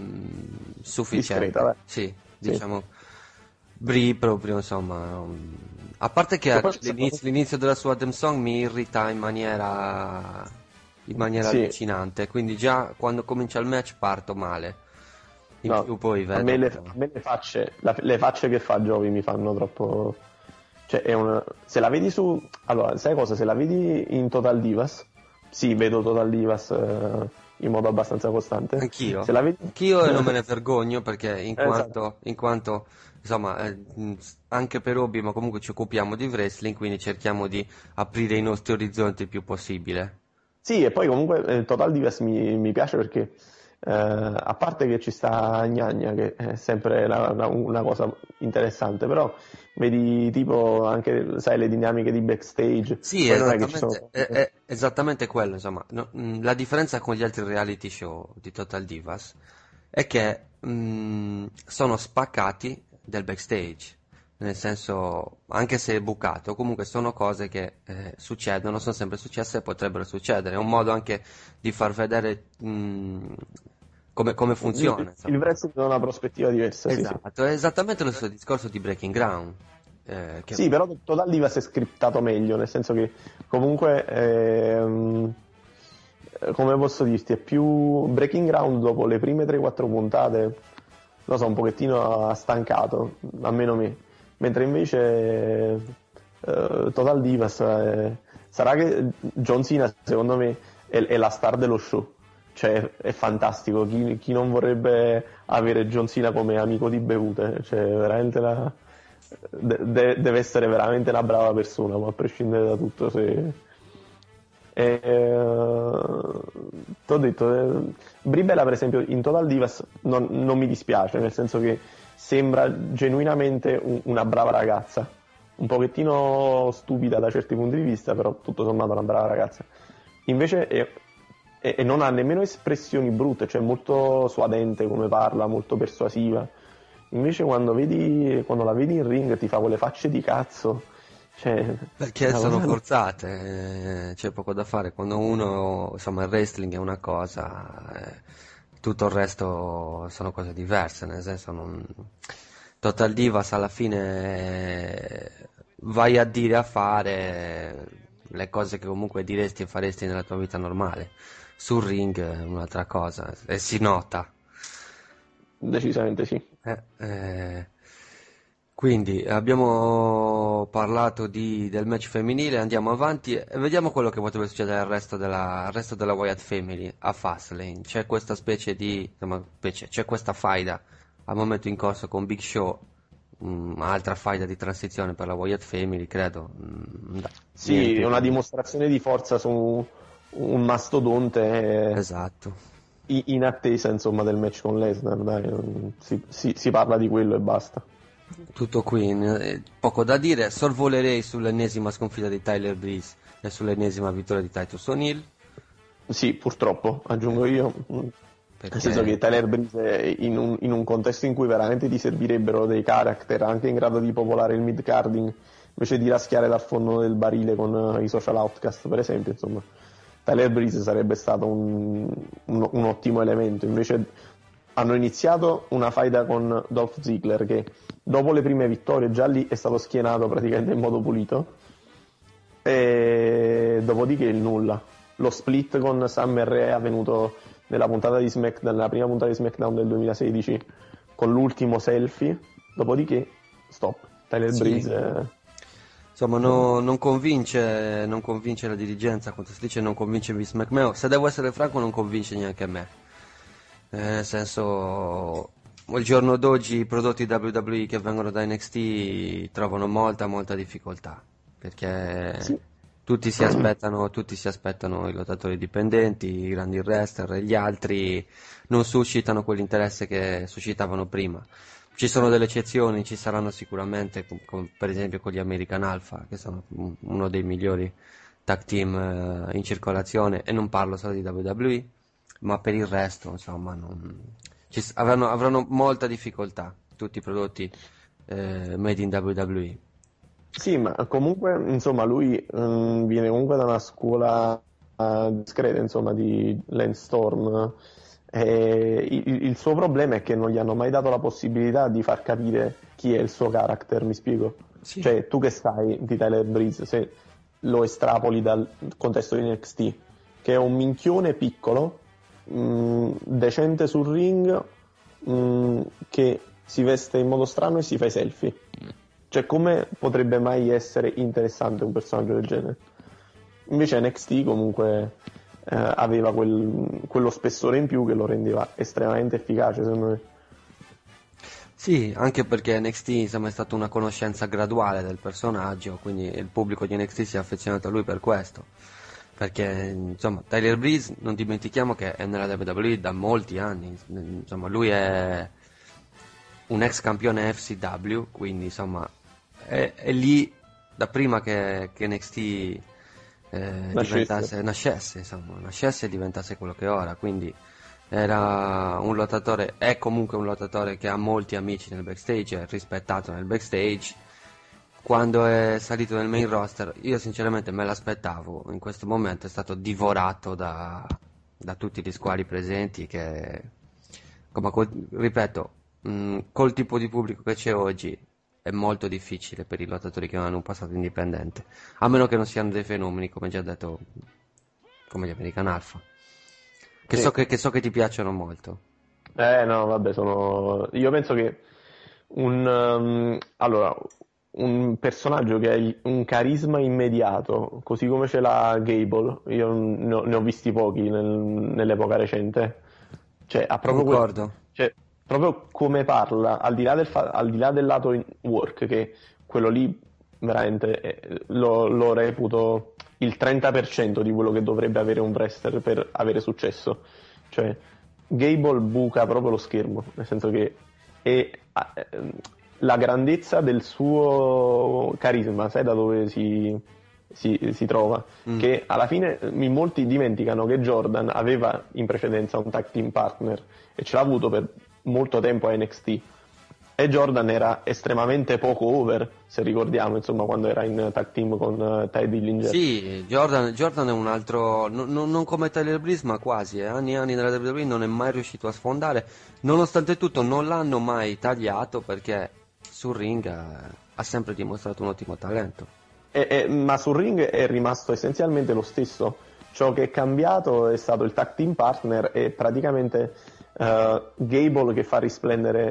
Speaker 6: mh, sufficiente.
Speaker 5: Discreta, dai.
Speaker 6: Sì,
Speaker 5: Sì.
Speaker 6: diciamo, Brie proprio, insomma. um, A parte che
Speaker 5: Che poi-
Speaker 6: l'inizio, l'inizio della sua Theme Song mi irrita in maniera, in maniera
Speaker 5: Sì.
Speaker 6: allucinante, quindi già quando comincia il match parto male. In
Speaker 5: No,
Speaker 6: più poi
Speaker 5: a me, le,
Speaker 6: vedo...
Speaker 5: a me le facce, la- le facce che fa Jovi mi fanno troppo. Cioè, è una... se la vedi su. Allora, sai cosa? Se la vedi in Total Divas, sì, vedo Total Divas eh, in modo abbastanza costante.
Speaker 6: Anch'io,
Speaker 5: Se la vedi.
Speaker 6: anch'io e non me ne vergogno perché in
Speaker 5: Esatto.
Speaker 6: quanto, in quanto insomma, eh, mh, anche per hobby, ma comunque ci occupiamo di wrestling, quindi cerchiamo di aprire i nostri orizzonti il più possibile.
Speaker 5: Sì, e poi comunque eh, Total Divas mi, mi piace perché, eh, a parte che ci sta Gnagna, che è sempre una, una- una cosa interessante, però vedi tipo anche, sai, le dinamiche di backstage.
Speaker 6: Sì,
Speaker 5: Poi non è che ci sono.
Speaker 6: esattamente, è, è esattamente quello, insomma. No, mh, la differenza con gli altri reality show di Total Divas è che mh, sono spaccati del backstage, nel senso, anche se è bucato, comunque sono cose che eh, succedono, sono sempre successe e potrebbero succedere. È un modo anche di far vedere mh, come, come funziona,
Speaker 5: Il,
Speaker 6: insomma.
Speaker 5: il wrestling da una prospettiva diversa, sì, sì.
Speaker 6: Esatto, è esattamente lo stesso discorso di Breaking Ground. eh, che-
Speaker 5: Sì, però Total Divas è scriptato meglio, nel senso che comunque, ehm, eh, come posso dirti, è più Breaking Ground dopo le prime tre quattro puntate, lo so, un pochettino ha stancato, almeno me. Mentre invece eh, Total Divas eh, sarà che John Cena, secondo me, è, è la star dello show. Cioè, è fantastico. Chi, chi non vorrebbe avere John Cena come amico di bevute? Cioè, veramente la- de- de- deve essere veramente una brava persona, ma a prescindere da tutto. Se... E, eh, t'ho detto, eh, Brie Bella, per esempio, in Total Divas non, non mi dispiace, nel senso che sembra genuinamente un- una brava ragazza, un pochettino stupida da certi punti di vista, però tutto sommato una brava ragazza. Invece è- e, e non ha nemmeno espressioni brutte, cioè molto suadente come parla, molto persuasiva. Invece quando vedi, quando la vedi in ring ti fa quelle facce di cazzo, cioè,
Speaker 6: Perché
Speaker 5: una
Speaker 6: sono
Speaker 5: cosa-
Speaker 6: forzate, eh, c'è poco da fare. Quando uno, insomma, il wrestling è una cosa, eh, tutto il resto sono cose diverse, nel senso non... Total Divas alla fine eh, vai a dire a fare le cose che comunque diresti e faresti nella tua vita normale. Sul ring è un'altra cosa e si nota.
Speaker 5: Decisamente sì.
Speaker 6: Eh, eh, Quindi abbiamo parlato di- del match femminile, andiamo avanti e vediamo quello che potrebbe succedere al resto della, al resto della Wyatt Family a Fastlane. C'è questa specie di, insomma, specie, c'è questa faida al momento in corso con Big Show, mm, altra faida di transizione per la Wyatt Family, credo. Mm, dai,
Speaker 5: Sì,
Speaker 6: niente.
Speaker 5: è una dimostrazione di forza su un mastodonte eh,
Speaker 6: Esatto.
Speaker 5: i- in attesa, insomma, del match con Lesnar, dai, non- si, si- si parla di quello e basta.
Speaker 6: Tutto qui, eh, poco da dire, sorvolerei sull'ennesima sconfitta di Tyler Breeze e sull'ennesima vittoria di Titus O'Neil.
Speaker 5: Sì, purtroppo, aggiungo io,
Speaker 6: Perché...
Speaker 5: nel senso che Tyler Breeze è in un, in un contesto in cui veramente ti servirebbero dei character anche in grado di popolare il mid-carding invece di raschiare dal fondo del barile con i social outcast, per esempio, insomma, Tyler Breeze sarebbe stato un, un, un ottimo elemento. Invece hanno iniziato una faida con Dolph Ziggler che dopo le prime vittorie già lì è stato schienato praticamente in modo pulito, e dopodiché il nulla. Lo split con Summer Rae è avvenuto nella puntata di SmackDown, nella prima puntata di SmackDown del duemilasedici, con l'ultimo selfie, dopodiché stop. Tyler
Speaker 6: Sì.
Speaker 5: Breeze eh,
Speaker 6: Insomma, no- non convince, non convince la dirigenza, quando si dice non convince Vince McMahon. Se devo essere franco, non convince neanche me. Eh, nel senso, il giorno d'oggi i prodotti W W E che vengono da N X T trovano molta, molta difficoltà, perché
Speaker 5: Sì.
Speaker 6: tutti si aspettano, tutti si aspettano i lottatori dipendenti, i grandi wrestler, e gli altri non suscitano quell'interesse che suscitavano prima. Ci sono delle eccezioni, ci saranno sicuramente, com- com- per esempio con gli American Alpha, che sono un- uno dei migliori tag team eh, in circolazione, e non parlo solo di W W E, ma per il resto, insomma, non- ci s- avranno, avranno molta difficoltà tutti i prodotti eh, made in W W E.
Speaker 5: Sì, ma comunque, insomma, lui mm, viene comunque da una scuola eh, discreta, insomma, di Lance Storm. E il, il suo problema è che non gli hanno mai dato la possibilità di far capire chi è il suo character, mi spiego?
Speaker 6: Sì.
Speaker 5: Cioè, tu che sai di Tyler Breeze, se lo estrapoli dal contesto di N X T, che è un minchione piccolo, mm, decente sul ring, mm, che si veste in modo strano e si fa i selfie. Cioè, come potrebbe mai essere interessante un personaggio del genere? Invece N X T comunque eh, aveva quel- quello spessore in più che lo rendeva estremamente efficace, secondo me.
Speaker 6: Sì, anche perché N X T insomma è stata una conoscenza graduale del personaggio, quindi il pubblico di N X T si è affezionato a lui per questo. Perché insomma Tyler Breeze, non dimentichiamo che è nella W W E da molti anni, insomma lui è un ex campione F C W, quindi insomma è, è lì da prima che, che N X T eh,
Speaker 5: Nascesse.
Speaker 6: diventasse, nascesse, insomma, nascesse e diventasse quello che è ora, quindi era un lottatore, è comunque un lottatore che ha molti amici nel backstage, è rispettato nel backstage. Quando è salito nel main roster, io sinceramente me l'aspettavo, in questo momento è stato divorato da, da tutti gli squali presenti, che, come col- ripeto, mh, col tipo di pubblico che c'è oggi è molto difficile per i lottatori che non hanno un passato indipendente, a meno che non siano dei fenomeni, come già detto, come gli American Alpha, che,
Speaker 5: Sì.
Speaker 6: so, che, che so che ti piacciono molto.
Speaker 5: Eh no, vabbè, sono... Io penso che un... um, allora, un personaggio che ha il- un carisma immediato, così come ce l'ha Gable, io ne ho, ne ho visti pochi nel- nell'epoca recente, cioè ha proprio quel-
Speaker 6: Concordo.
Speaker 5: cioè, proprio come parla, al di là del, fa- al di là del lato in work, che quello lì veramente eh, lo, lo reputo il trenta per cento di quello che dovrebbe avere un wrestler per avere successo. Cioè, Gable buca proprio lo schermo, nel senso che è, ha- ehm, la grandezza del suo carisma, sai da dove si, si, si trova?
Speaker 6: Mm.
Speaker 5: Che alla fine eh, in molti dimenticano che Jordan aveva in precedenza un tag team partner e ce l'ha avuto per molto tempo a N X T. E Jordan era estremamente poco over, se ricordiamo, insomma, quando era in tag team con uh, Ty Dillinger.
Speaker 6: Sì, Jordan, Jordan è un altro, no- no- non come Tyler Breeze, ma quasi, eh. Anni e anni nella W W E non è mai riuscito a sfondare, nonostante tutto non l'hanno mai tagliato, perché sul ring eh, ha sempre dimostrato un ottimo talento.
Speaker 5: E- e- ma sul ring è rimasto essenzialmente lo stesso. Ciò che è cambiato è stato il tag team partner e praticamente eh, Gable che fa risplendere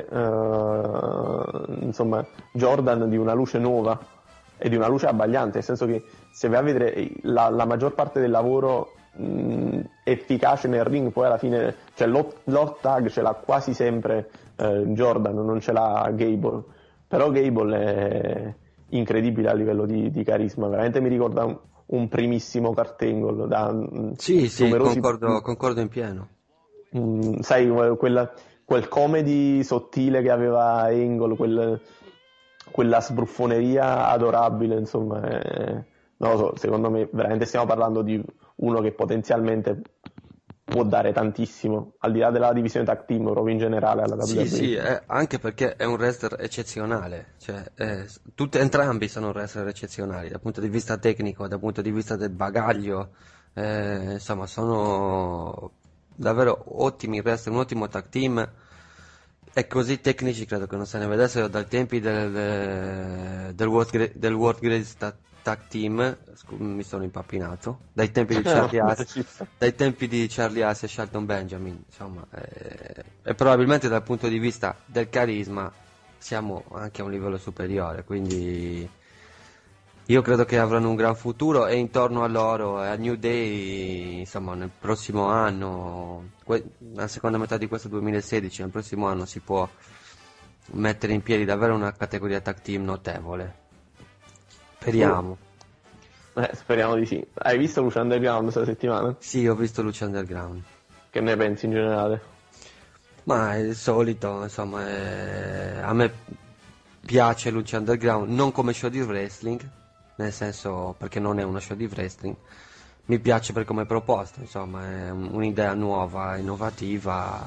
Speaker 5: eh, insomma, Jordan di una luce nuova e di una luce abbagliante, nel senso che se vai a vedere la, la maggior parte del lavoro mh, efficace nel ring, poi alla fine, cioè l'hot, l'hot tag ce l'ha quasi sempre eh, Jordan, non ce l'ha Gable, però Gable è incredibile a livello di, di carisma, veramente mi ricorda un, un primissimo Kurt Angle da mh,
Speaker 6: Sì, sì,
Speaker 5: numerosi-
Speaker 6: concordo, concordo in pieno.
Speaker 5: Mm, sai, quel, quel comedy sottile che aveva Angle, quel- quella sbruffoneria adorabile, insomma, eh, non lo so, secondo me veramente stiamo parlando di uno che potenzialmente può dare tantissimo, al di là della divisione tag team, proprio in generale alla W W E.
Speaker 6: Sì, sì, eh, anche perché è un wrestler eccezionale, cioè, eh, tutti, entrambi sono wrestler eccezionali dal punto di vista tecnico, dal punto di vista del bagaglio, eh, insomma sono davvero ottimi wrestler, un ottimo tag team, e così tecnici credo che non se ne vedessero dai tempi del, del, World, Gre- del World Greatest Tag Tag Team, scu- mi sono impappinato, dai tempi di Charlie Haas, dai tempi di Charlie Haas e Shelton Benjamin, insomma, eh, e probabilmente dal punto di vista del carisma siamo anche a un livello superiore, quindi io credo che avranno un gran futuro, e intorno a loro e a New Day, insomma, nel prossimo anno, que- nella seconda metà di questo duemilasedici, nel prossimo anno si può mettere in piedi davvero una categoria tag team notevole. Speriamo.
Speaker 5: Eh, speriamo di sì. Hai visto Lucha Underground questa settimana?
Speaker 6: Sì, ho visto Lucha Underground.
Speaker 5: Che ne pensi in generale?
Speaker 6: Ma è il solito, insomma, è... a me piace Lucha Underground, non come show di wrestling, nel senso perché non è uno show di wrestling, mi piace per come è proposto, insomma, è un'idea nuova, innovativa,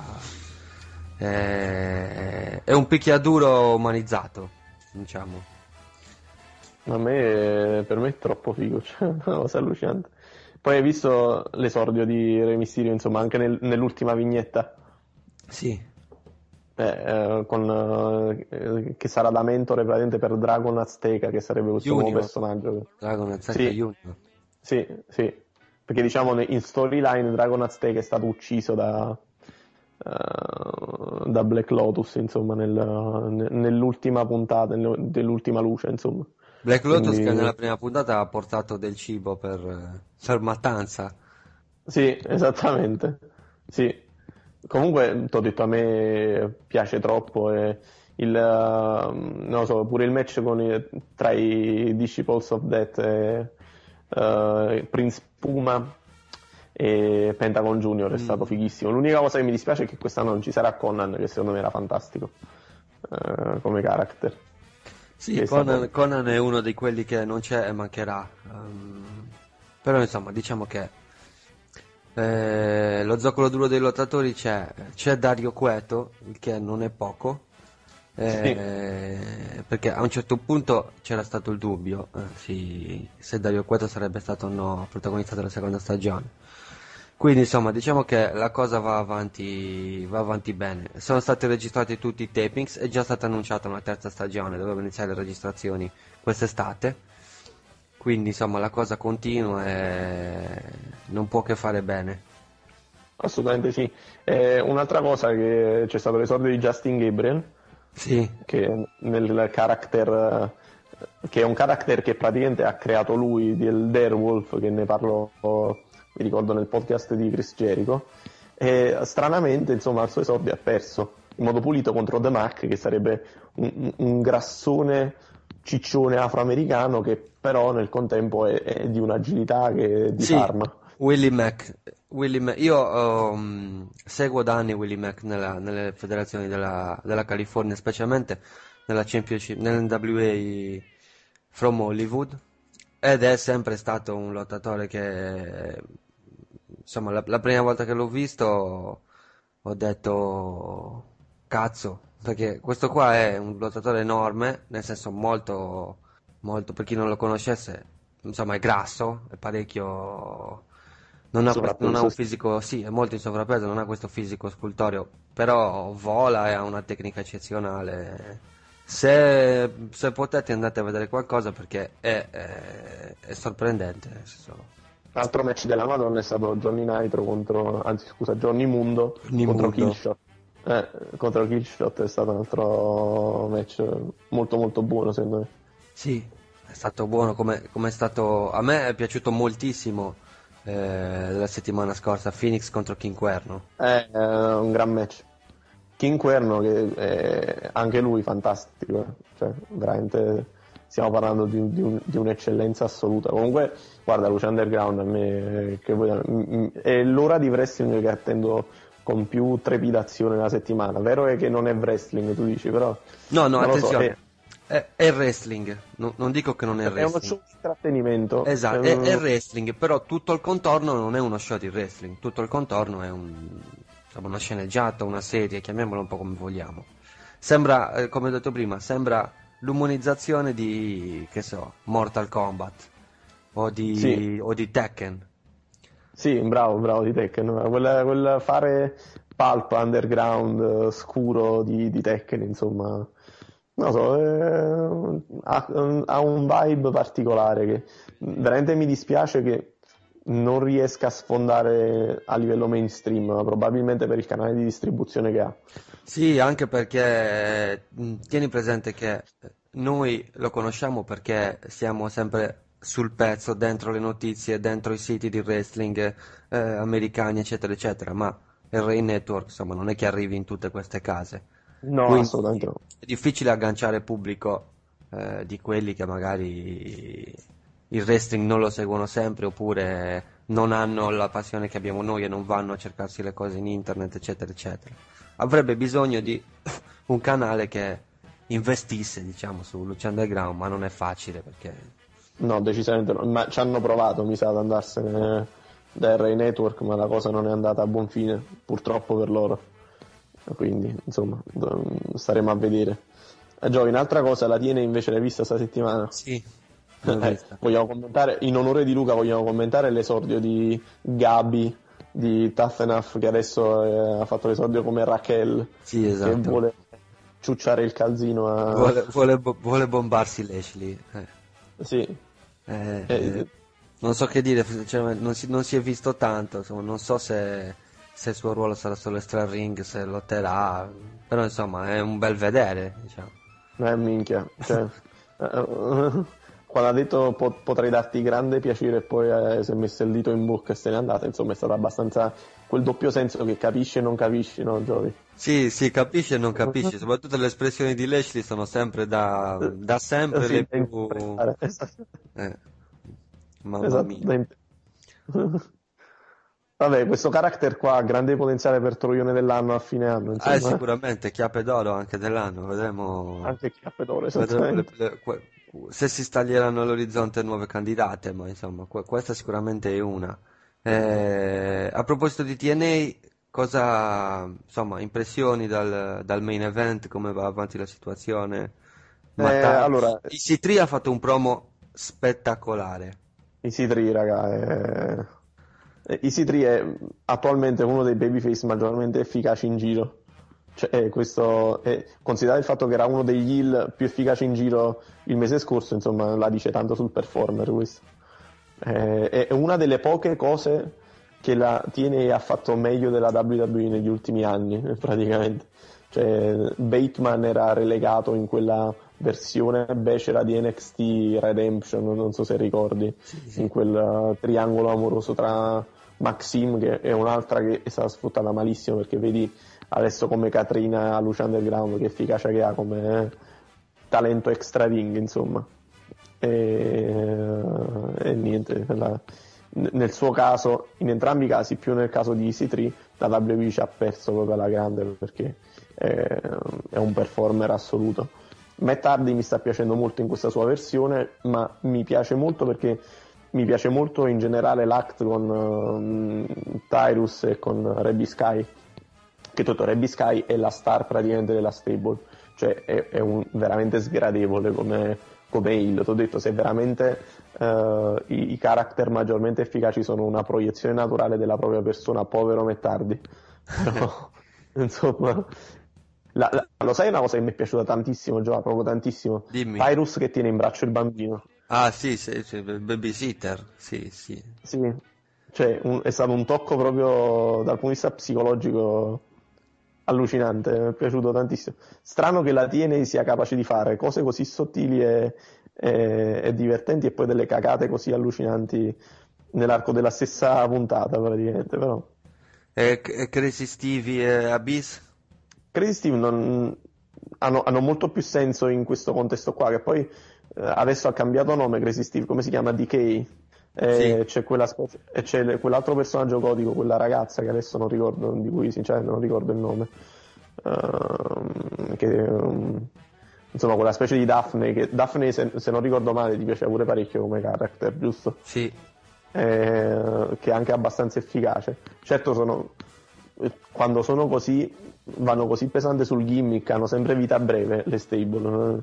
Speaker 6: è, è un picchiaduro umanizzato, diciamo.
Speaker 5: A me, per me è troppo figo, cioè, una cosa allucinante. Poi hai visto l'esordio di Re Mysterio, insomma, anche nel- nell'ultima vignetta,
Speaker 6: Sì,
Speaker 5: eh, eh, con, eh, che sarà da mentore praticamente per Dragon Azteca, che sarebbe questo nuovo
Speaker 6: Junior.
Speaker 5: personaggio.
Speaker 6: Dragon Azteca
Speaker 5: Sì.
Speaker 6: Junior.
Speaker 5: Sì, sì, perché diciamo ne- in storyline Dragon Azteca è stato ucciso da, eh, da Black Lotus, insomma, nel- ne- nell'ultima puntata, nel- dell'ultima luce, insomma.
Speaker 6: Black Lotus
Speaker 5: Quindi-
Speaker 6: che nella prima puntata ha portato del cibo per, per mattanza.
Speaker 5: Sì, esattamente. Sì. Comunque, t'ho detto, a me piace troppo e il, ehm, non lo so, pure il match con i- tra i Disciples of Death e eh, Prince Puma e Pentagon Junior è stato fighissimo. L'unica cosa che mi dispiace è che quest'anno non ci sarà Conan, che secondo me era fantastico eh, come character.
Speaker 6: Sì,
Speaker 5: Che è
Speaker 6: Conan,
Speaker 5: stato-
Speaker 6: Conan è uno di quelli che non c'è e mancherà. Ehm, però insomma, diciamo che eh, lo zoccolo duro dei lottatori c'è, c'è Dario Cueto, il che non è poco. eh, Perché a un certo punto c'era stato il dubbio eh, sì, se Dario Cueto sarebbe stato o no protagonista della seconda stagione. Quindi insomma diciamo che la cosa va avanti, va avanti bene. Sono stati registrati tutti i tapings, è già stata annunciata una terza stagione, dovevano iniziare le registrazioni quest'estate. Quindi insomma la cosa continua e non può che fare bene.
Speaker 5: Assolutamente sì. Eh, un'altra cosa che c'è stato l'esordio di Justin Gabriel,
Speaker 6: Sì,
Speaker 5: che nel character che è un character che praticamente ha creato lui, del Darewolf, che ne parlo, mi ricordo, nel podcast di Chris Jericho, e stranamente insomma al suo esordio ha perso in modo pulito contro The Mac, che sarebbe un, un grassone ciccione afroamericano che però nel contempo è, è di un'agilità che è di
Speaker 6: sì,
Speaker 5: Parma.
Speaker 6: Willie Mack. Willie Mack. Io um, seguo da anni Willie Mack nella- nelle federazioni della, della California, specialmente nella Championship, nell'N W A from Hollywood, ed è sempre stato un lottatore che, insomma, la, la prima volta che l'ho visto ho detto cazzo, perché questo qua è un lottatore enorme, nel senso molto, molto, per chi non lo conoscesse, insomma è grasso, è parecchio, non ha, quest- non ha un
Speaker 5: Sovrappeso.
Speaker 6: fisico, sì, è molto in sovrappeso, non ha questo fisico scultoreo, però vola e ha una tecnica eccezionale. Se, se potete andate a vedere qualcosa perché è, è- è sorprendente, nel senso,
Speaker 5: L'altro match della Madonna è stato Johnny Nitro contro, anzi scusa, Johnny Mundo
Speaker 6: Johnny
Speaker 5: contro
Speaker 6: Mundo.
Speaker 5: Killshot. Eh, contro Killshot è stato un altro match molto molto buono secondo me.
Speaker 6: sì, è stato buono, come come è stato, a me è piaciuto moltissimo eh, la settimana scorsa, Phoenix contro King Cuerno.
Speaker 5: È eh, un gran match. King Cuerno, che è anche lui fantastico, eh. Cioè veramente stiamo parlando di, di un- di un'eccellenza assoluta. Comunque, guarda, Lucha Underground a me che vuoi- m- m- è l'ora di wrestling che attendo con più trepidazione la settimana. Vero è che non è wrestling, tu dici, però
Speaker 6: No, no,
Speaker 5: non lo so,
Speaker 6: attenzione,
Speaker 5: è-
Speaker 6: è, è wrestling, no, non dico che non è wrestling.
Speaker 5: È uno show di intrattenimento.
Speaker 6: Esatto,
Speaker 5: è,
Speaker 6: è, è wrestling, però tutto il contorno non è uno show di wrestling, tutto il contorno è un, insomma, una sceneggiata, una serie, chiamiamola un po' come vogliamo. Sembra, eh, come ho detto prima, sembra l'umanizzazione di, che so, Mortal Kombat o di,
Speaker 5: sì.
Speaker 6: o di Tekken.
Speaker 5: Sì, bravo, bravo di Tekken. Quel, quel fare pulp underground scuro di, di Tekken, insomma, non so, eh, ha, ha un vibe particolare che veramente mi dispiace che non riesca a sfondare a livello mainstream, probabilmente per il canale di distribuzione che ha.
Speaker 6: Sì, anche perché mh, tieni presente che noi lo conosciamo perché siamo sempre sul pezzo, dentro le notizie, dentro i siti di wrestling eh, americani, eccetera, eccetera, ma il Rai Network, insomma, non è che arrivi in tutte queste case.
Speaker 5: No,
Speaker 6: Quindi
Speaker 5: assolutamente no.
Speaker 6: è difficile agganciare pubblico eh, di quelli che magari il wrestling non lo seguono sempre oppure non hanno la passione che abbiamo noi e non vanno a cercarsi le cose in internet, eccetera, eccetera. Avrebbe bisogno di un canale che investisse, diciamo, su Lucha Underground, ma non è facile perché...
Speaker 5: No, decisamente no, ma ci hanno provato, mi sa, ad andarsene da Rai Network, ma la cosa non è andata a buon fine, purtroppo per loro. Quindi, insomma, staremo a vedere. Eh, Giovi, un'altra cosa, la tiene invece l'hai vista sta settimana?
Speaker 6: Sì.
Speaker 5: Eh, vogliamo commentare, in onore di Luca, vogliamo commentare l'esordio di Gabi di Tough Enough, che adesso eh, ha fatto l'esordio come Raquel,
Speaker 6: sì, esatto.
Speaker 5: che vuole ciucciare il calzino a...
Speaker 6: vuole, vuole, vuole bombarsi Lashley. Eh.
Speaker 5: Sì.
Speaker 6: Eh,
Speaker 5: eh,
Speaker 6: eh, non so che dire, cioè, non, si, non si è visto tanto, insomma, non so se, se il suo ruolo sarà solo extra ring, se lotterà, però insomma è un bel vedere, diciamo.
Speaker 5: Eh, minchia, cioè, quando ha detto pot- potrei darti grande piacere e poi eh, si è messo il dito in bocca e se n'è andata, insomma è stato abbastanza quel doppio senso che capisci e non capisci, no Giovi?
Speaker 6: Sì, sì, capisci e non capisci, soprattutto le espressioni di Lashley sono sempre da, da sempre
Speaker 5: sì,
Speaker 6: le
Speaker 5: da
Speaker 6: più...
Speaker 5: esatto.
Speaker 6: Eh, mamma
Speaker 5: esatto,
Speaker 6: mia.
Speaker 5: da... Vabbè, questo character qua ha grande potenziale per Troione dell'anno a fine anno, insomma.
Speaker 6: Ah, sicuramente, chiappe d'oro anche dell'anno, vedremo...
Speaker 5: Anche chiappe d'oro,
Speaker 6: vedremo le,
Speaker 5: esattamente.
Speaker 6: le, que, se si staglieranno all'orizzonte nuove candidate, ma insomma, que, questa sicuramente è una. Eh, a proposito di T N A, cosa, insomma, impressioni dal, dal main event, come va avanti la situazione?
Speaker 5: Eh, allora,
Speaker 6: I C tre ha fatto un promo spettacolare.
Speaker 5: I C tre, raga, è... I C tre è attualmente uno dei babyface maggiormente efficaci in giro. Cioè, questo è, considerato il fatto che era uno degli heel più efficaci in giro il mese scorso, insomma, la dice tanto sul performer questo. Eh, è una delle poche cose che la T N A ha fatto meglio della W W E negli ultimi anni, praticamente. Cioè, Bateman era relegato in quella versione becera di N X T Redemption, non so se ricordi, sì, sì. In quel uh, triangolo amoroso tra Maxim, che è un'altra che è stata sfruttata malissimo, perché vedi adesso come Katrina a Lucha Underground che efficacia che ha come eh, talento extra ring, insomma. E, e niente, la, nel suo caso, in entrambi i casi, più nel caso di E C tre, la W W E ci ha perso proprio alla grande, perché è, è un performer assoluto. Matt Hardy mi sta piacendo molto in questa sua versione, ma mi piace molto perché mi piace molto in generale l'act con um, Tyrus e con Rebby Sky, che tutto Rebby Sky è la star praticamente della stable, cioè è, è un, veramente sgradevole come, come heel. Ti ho detto, se veramente uh, i, i character maggiormente efficaci sono una proiezione naturale della propria persona, povero Matt Hardy. Però, insomma... La, la, lo sai una cosa che mi è piaciuta tantissimo, Gio, proprio tantissimo?
Speaker 6: Dimmi.
Speaker 5: Tyrus che tiene in braccio il bambino.
Speaker 6: Ah sì, sì, sì, babysitter, sì, sì.
Speaker 5: Sì, cioè un, è stato un tocco proprio dal punto di vista psicologico allucinante, mi è piaciuto tantissimo. Strano che la T N A sia capace di fare cose così sottili e, e, e divertenti e poi delle cagate così allucinanti nell'arco della stessa puntata praticamente, però.
Speaker 6: E, e Crazy Stevie e Abyss?
Speaker 5: Crazy Steve non, hanno, hanno molto più senso in questo contesto qua, che poi eh, adesso ha cambiato nome Crazy Steve, come si chiama? D K, eh, sì. C'è quella specie, e c'è quell'altro personaggio gotico, quella ragazza che adesso non ricordo, di cui sinceramente non ricordo il nome, uh, che um, insomma quella specie di Daphne, che Daphne se, se non ricordo male ti piaceva pure parecchio come character, giusto?
Speaker 6: Sì.
Speaker 5: Eh, che è anche abbastanza efficace. Certo sono, quando sono così, vanno così pesante sul gimmick, hanno sempre vita breve le stable,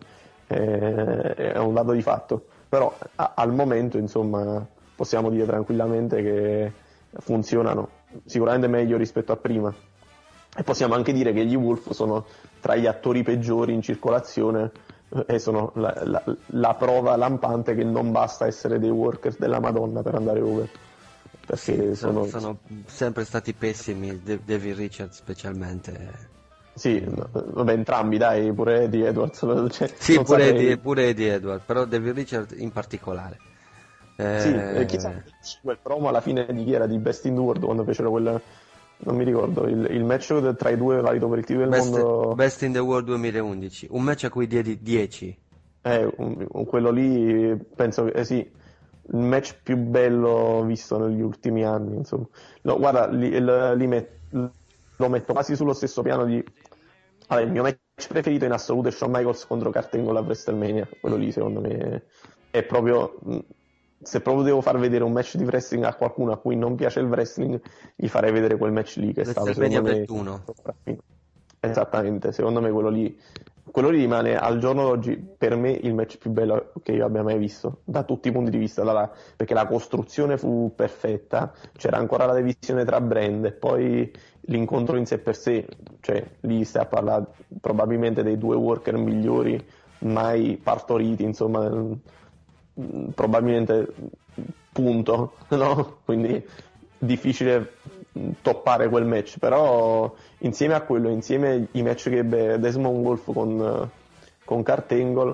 Speaker 5: eh, è un dato di fatto, però a, al momento insomma possiamo dire tranquillamente che funzionano sicuramente meglio rispetto a prima, e possiamo anche dire che gli Wolf sono tra gli attori peggiori in circolazione e sono la, la, la prova lampante che non basta essere dei worker della Madonna per andare over, perché
Speaker 6: sì,
Speaker 5: sono...
Speaker 6: sono sempre stati pessimi, David Richards specialmente.
Speaker 5: Sì, no, vabbè, entrambi dai, pure Eddie Edwards, cioè,
Speaker 6: sì, pure
Speaker 5: saprei...
Speaker 6: Eddie, pure Eddie Edwards, però David Richards in particolare. Eh...
Speaker 5: Sì, e chissà quel promo alla fine di chi era, di Best in the World, quando fecero quel, non mi ricordo, il, il match tra i due valido per il titolo del
Speaker 6: Best,
Speaker 5: mondo.
Speaker 6: Best in the World duemilaundici, un match a cui diedi dieci.
Speaker 5: Eh, un, un, quello lì penso che eh, sì, il match più bello visto negli ultimi anni, insomma. No, guarda, li, li, li met, lo metto quasi sullo stesso piano di... Allora, il mio match preferito in assoluto è Shawn Michaels contro Kurt Angle a WrestleMania, quello lì secondo me è proprio... Se proprio devo far vedere un match di wrestling a qualcuno a cui non piace il wrestling, gli farei vedere quel match lì che è stato secondo me
Speaker 6: ventuno.
Speaker 5: Esattamente, secondo me quello lì quello lì rimane al giorno d'oggi per me il match più bello che io abbia mai visto da tutti i punti di vista, dalla, perché la costruzione fu perfetta, c'era ancora la divisione tra brand e poi l'incontro in sé per sé, cioè lì stai a parlare probabilmente dei due worker migliori mai partoriti, insomma, probabilmente punto, no? Quindi difficile toppare quel match, però insieme a quello, insieme ai match che ebbe Desmond Wolf con, con Kurt Angle,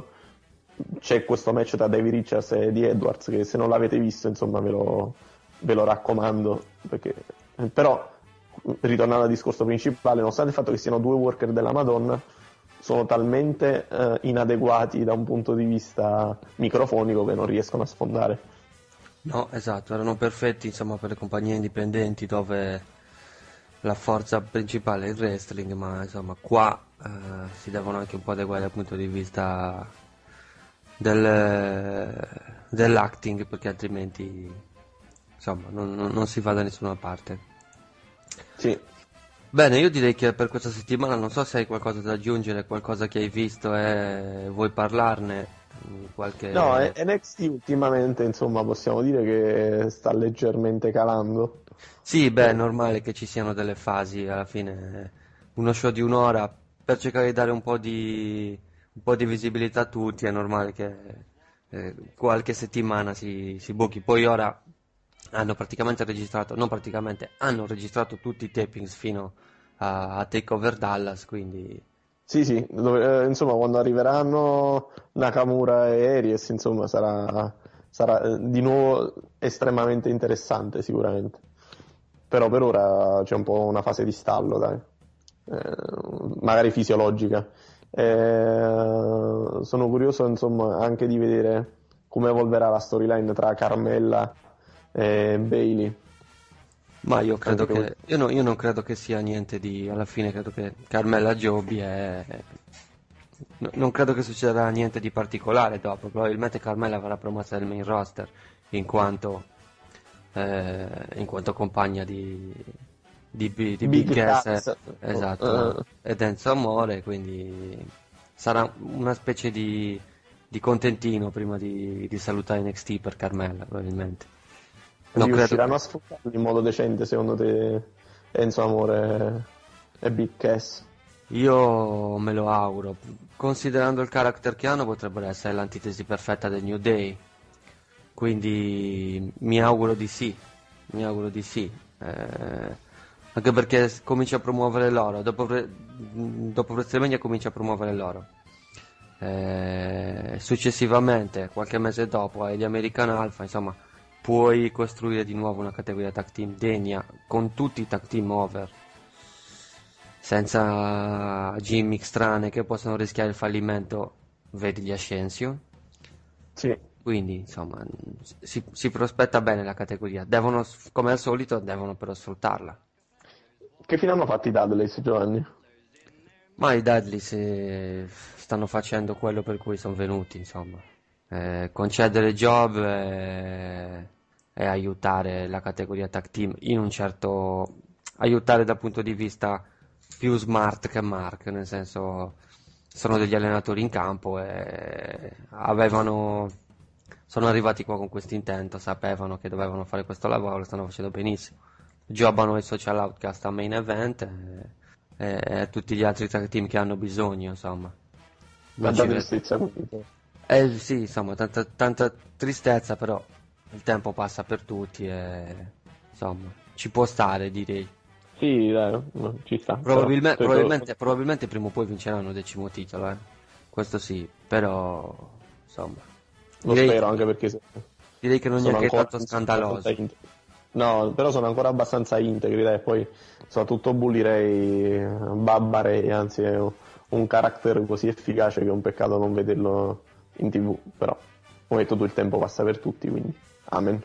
Speaker 5: c'è questo match tra David Richards e Eddie Edwards che se non l'avete visto insomma ve lo, ve lo raccomando, perché però ritornando al discorso principale, nonostante il fatto che siano due worker della Madonna, sono talmente eh, inadeguati da un punto di vista microfonico che non riescono a sfondare.
Speaker 6: No, esatto, erano perfetti insomma per le compagnie indipendenti dove la forza principale è il wrestling, ma insomma qua eh, si devono anche un po' adeguare dal punto di vista del, dell'acting, perché altrimenti insomma non, non, non si va da nessuna parte.
Speaker 5: Sì.
Speaker 6: Bene, io direi che per questa settimana non so se hai qualcosa da aggiungere, qualcosa che hai visto e vuoi parlarne. Qualche...
Speaker 5: No, N X T ultimamente insomma possiamo dire che sta leggermente calando.
Speaker 6: Sì, beh, è normale che ci siano delle fasi, alla fine uno show di un'ora per cercare di dare un po' di, un po' di visibilità a tutti, è normale che eh, qualche settimana si, si buchi. Poi ora hanno praticamente registrato, non praticamente, hanno registrato tutti i tapings fino a, a Takeover Dallas, quindi...
Speaker 5: Sì, sì, dove, eh, insomma quando arriveranno Nakamura e Aries insomma sarà, sarà eh, di nuovo estremamente interessante sicuramente, però per ora c'è un po' una fase di stallo, dai, eh, magari fisiologica. Eh, sono curioso insomma anche di vedere come evolverà la storyline tra Carmella e Bayley.
Speaker 6: Ma io credo che io, no, io non credo che sia niente di, alla fine credo che Carmella Joby è, no, non credo che succederà niente di particolare dopo, probabilmente Carmella verrà promossa nel main roster in quanto eh, in quanto compagna di di, di, di Big, Big Cass, esatto, uh. ed Enzo Amore, quindi sarà una specie di, di contentino prima di, di salutare N X T per Carmella probabilmente.
Speaker 5: Non riusciranno credo... a sfruttarlo in modo decente secondo te Enzo Amore e Big Cass?
Speaker 6: Io me lo auguro, considerando il character che hanno potrebbero essere l'antitesi perfetta del New Day, quindi mi auguro di sì, mi auguro di sì, eh, anche perché comincia a promuovere loro, dopo, dopo WrestleMania comincia a promuovere loro, eh, successivamente qualche mese dopo hai gli American Alpha, insomma puoi costruire di nuovo una categoria tag team degna con tutti i tag team over, senza gimmick strane che possono rischiare il fallimento, vedi gli Ascension.
Speaker 5: Sì.
Speaker 6: Quindi insomma si, si prospetta bene la categoria, devono, come al solito devono però sfruttarla.
Speaker 5: Che fine hanno fatto i Dudleys, Giovanni?
Speaker 6: Ma i Dudley si- stanno facendo quello per cui sono venuti, insomma. Eh, concedere job e, e aiutare la categoria tag team in un certo... aiutare dal punto di vista più smart che Mark, nel senso sono degli allenatori in campo e avevano... sono arrivati qua con questo intento, sapevano che dovevano fare questo lavoro, lo stanno facendo benissimo. Jobbano i social outcast a main event e, e- e tutti gli altri tag team che hanno bisogno, insomma. Non ci
Speaker 5: Tanta
Speaker 6: vedo-
Speaker 5: tristezza comunque.
Speaker 6: Eh sì, insomma, tanta, tanta tristezza, però il tempo passa per tutti e insomma, ci può stare, direi.
Speaker 5: Sì, dai, no, ci sta.
Speaker 6: Probabilme-
Speaker 5: Però,
Speaker 6: probabilmente, probabilmente prima o poi vinceranno il decimo titolo, eh. Questo sì, però insomma,
Speaker 5: lo
Speaker 6: direi,
Speaker 5: spero, anche perché se-
Speaker 6: direi che non è
Speaker 5: sono
Speaker 6: neanche
Speaker 5: ancora
Speaker 6: tanto
Speaker 5: abbastanza
Speaker 6: scandaloso.
Speaker 5: integri. No, però sono ancora abbastanza integri, dai, poi soprattutto Bully Ray, Babba Ray, anzi è un un character così efficace che è un peccato non vederlo in tivù, però come hai detto tu il tempo passa per tutti, quindi amen.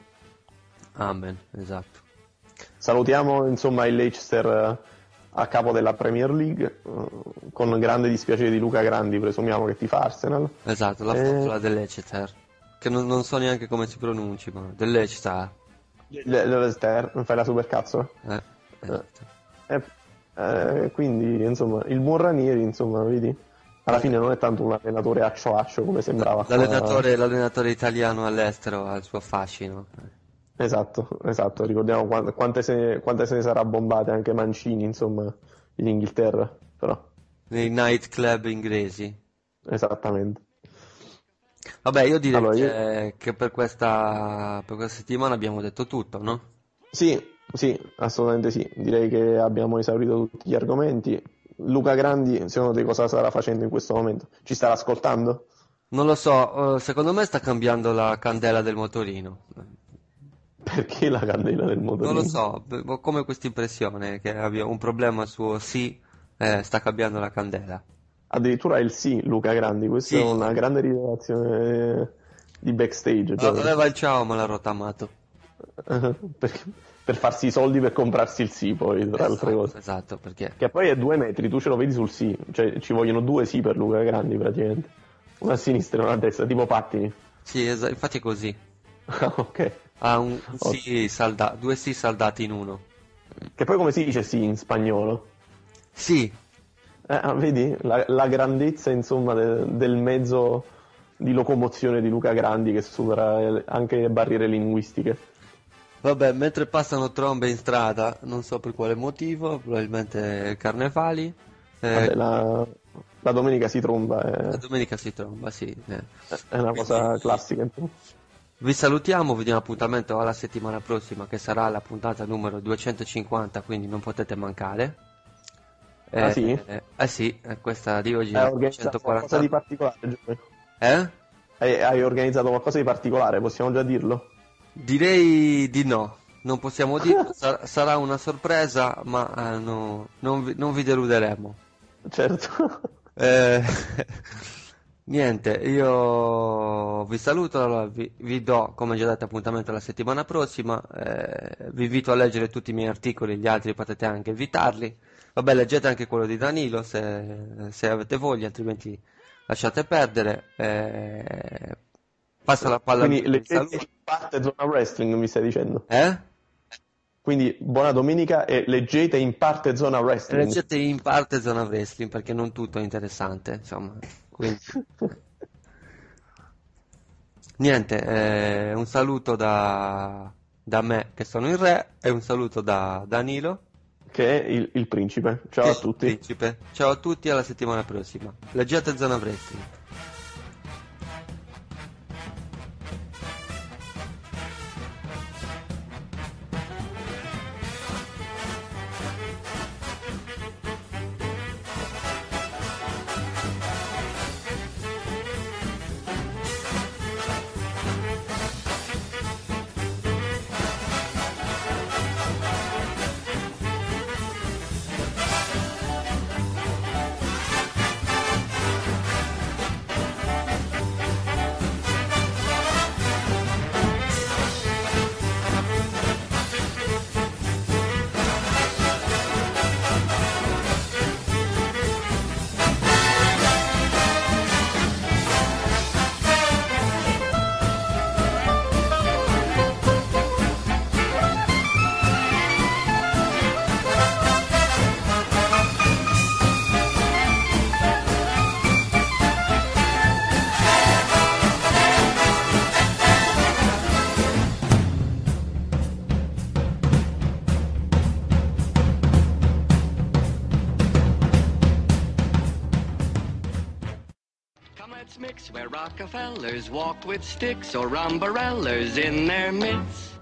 Speaker 6: Amen, esatto.
Speaker 5: Salutiamo insomma il Leicester eh, a capo della Premier League, eh, con grande dispiacere di Luca Grandi, presumiamo che tifa Arsenal.
Speaker 6: Esatto, la
Speaker 5: Eh.
Speaker 6: formula dell'Exeter, che non, non so neanche come si pronunci, ma dell'Exeter.
Speaker 5: Le- Leicester, fai la supercazzo?
Speaker 6: Eh, esatto.
Speaker 5: Eh, eh, quindi insomma il buon Ranieri, insomma, vedi? Alla fine non è tanto un allenatore accio accio come sembrava qua.
Speaker 6: L'allenatore, l'allenatore italiano all'estero ha il suo fascino.
Speaker 5: Esatto, esatto, ricordiamo quan- quante se, quante se ne sarà bombate anche Mancini, insomma, in Inghilterra, però,
Speaker 6: Nei nightclub inglesi.
Speaker 5: esattamente.
Speaker 6: Vabbè, io direi
Speaker 5: Allora, io-
Speaker 6: che, che per questa, per questa settimana abbiamo detto tutto, no?
Speaker 5: Sì, sì, assolutamente sì, direi che abbiamo esaurito tutti gli argomenti. Luca Grandi, secondo te cosa starà facendo in questo momento? Ci starà ascoltando?
Speaker 6: Non lo so, eh, secondo me sta cambiando la candela del motorino.
Speaker 5: Perché la candela del motorino?
Speaker 6: Non lo so, b- ho come questa impressione che abbia un problema al suo sì, eh, sta cambiando la candela.
Speaker 5: Addirittura il sì, Luca Grandi, questa
Speaker 6: Sì.
Speaker 5: è una grande rivelazione di backstage,
Speaker 6: Ah,
Speaker 5: proprio.
Speaker 6: Aveva il ciao, ma l'ha rottamato.
Speaker 5: per, per farsi i soldi per comprarsi il sì, poi, tra altre
Speaker 6: Esatto,
Speaker 5: cose.
Speaker 6: esatto, perché
Speaker 5: Che poi è due metri, tu ce lo vedi sul sì, cioè ci vogliono due sì per Luca Grandi praticamente. Una a sinistra e una a destra, tipo pattini.
Speaker 6: sì, esa- infatti è così.
Speaker 5: Ah, ok.
Speaker 6: Ha un
Speaker 5: Oh.
Speaker 6: sì salda- due sì saldati in uno.
Speaker 5: Che poi come si dice sì in spagnolo?
Speaker 6: Sì,
Speaker 5: Eh, ah, vedi? La, la grandezza, insomma, de- del mezzo di locomozione di Luca Grandi che supera eh, anche le barriere linguistiche.
Speaker 6: vabbè, mentre passano trombe in strada, non so per quale motivo, probabilmente carnevali. eh,
Speaker 5: Vabbè, la, la domenica si tromba,
Speaker 6: la
Speaker 5: è,
Speaker 6: domenica si tromba, sì. eh.
Speaker 5: è una cosa
Speaker 6: Quindi-
Speaker 5: classica. insomma.
Speaker 6: Vi salutiamo, vi diamo appuntamento alla settimana prossima che sarà la puntata numero duecentocinquanta, quindi non potete mancare.
Speaker 5: Ah,
Speaker 6: Eh,
Speaker 5: sì?
Speaker 6: Eh, eh sì, eh, questa di oggi
Speaker 5: Hai
Speaker 6: è
Speaker 5: organizzato qualcosa
Speaker 6: centoquaranta.
Speaker 5: di particolare, Giovanni?
Speaker 6: Eh?
Speaker 5: Hai, hai organizzato qualcosa di particolare, possiamo già dirlo?
Speaker 6: Direi di no, non possiamo dirlo, sar- sarà una sorpresa, ma eh, no, non vi, non vi deluderemo.
Speaker 5: Certo.
Speaker 6: Eh, niente, io vi saluto, allora vi, vi do, come già detto, appuntamento la settimana prossima. eh, vi invito a leggere tutti i miei articoli, gli altri potete anche evitarli. Vabbè, leggete anche quello di Danilo se, se avete voglia, altrimenti lasciate perdere. eh, passa la palla a
Speaker 5: Quindi
Speaker 6: lui, vi
Speaker 5: leggete
Speaker 6: saluto.
Speaker 5: in parte zona wrestling, mi stai dicendo?
Speaker 6: Eh?
Speaker 5: Quindi buona domenica e leggete in parte zona wrestling.
Speaker 6: Leggete in parte Zona Wrestling perché non tutto è interessante, insomma. Quindi, niente, eh, un saluto da, da me che sono il re e un saluto da Danilo,
Speaker 5: Che è il, il principe. Ciao
Speaker 6: che
Speaker 5: a
Speaker 6: è il
Speaker 5: tutti.
Speaker 6: principe. Ciao a tutti, alla settimana prossima. Leggete Zona Wrestling.
Speaker 7: Rockefellers walk with sticks or umbrellas in their mitts.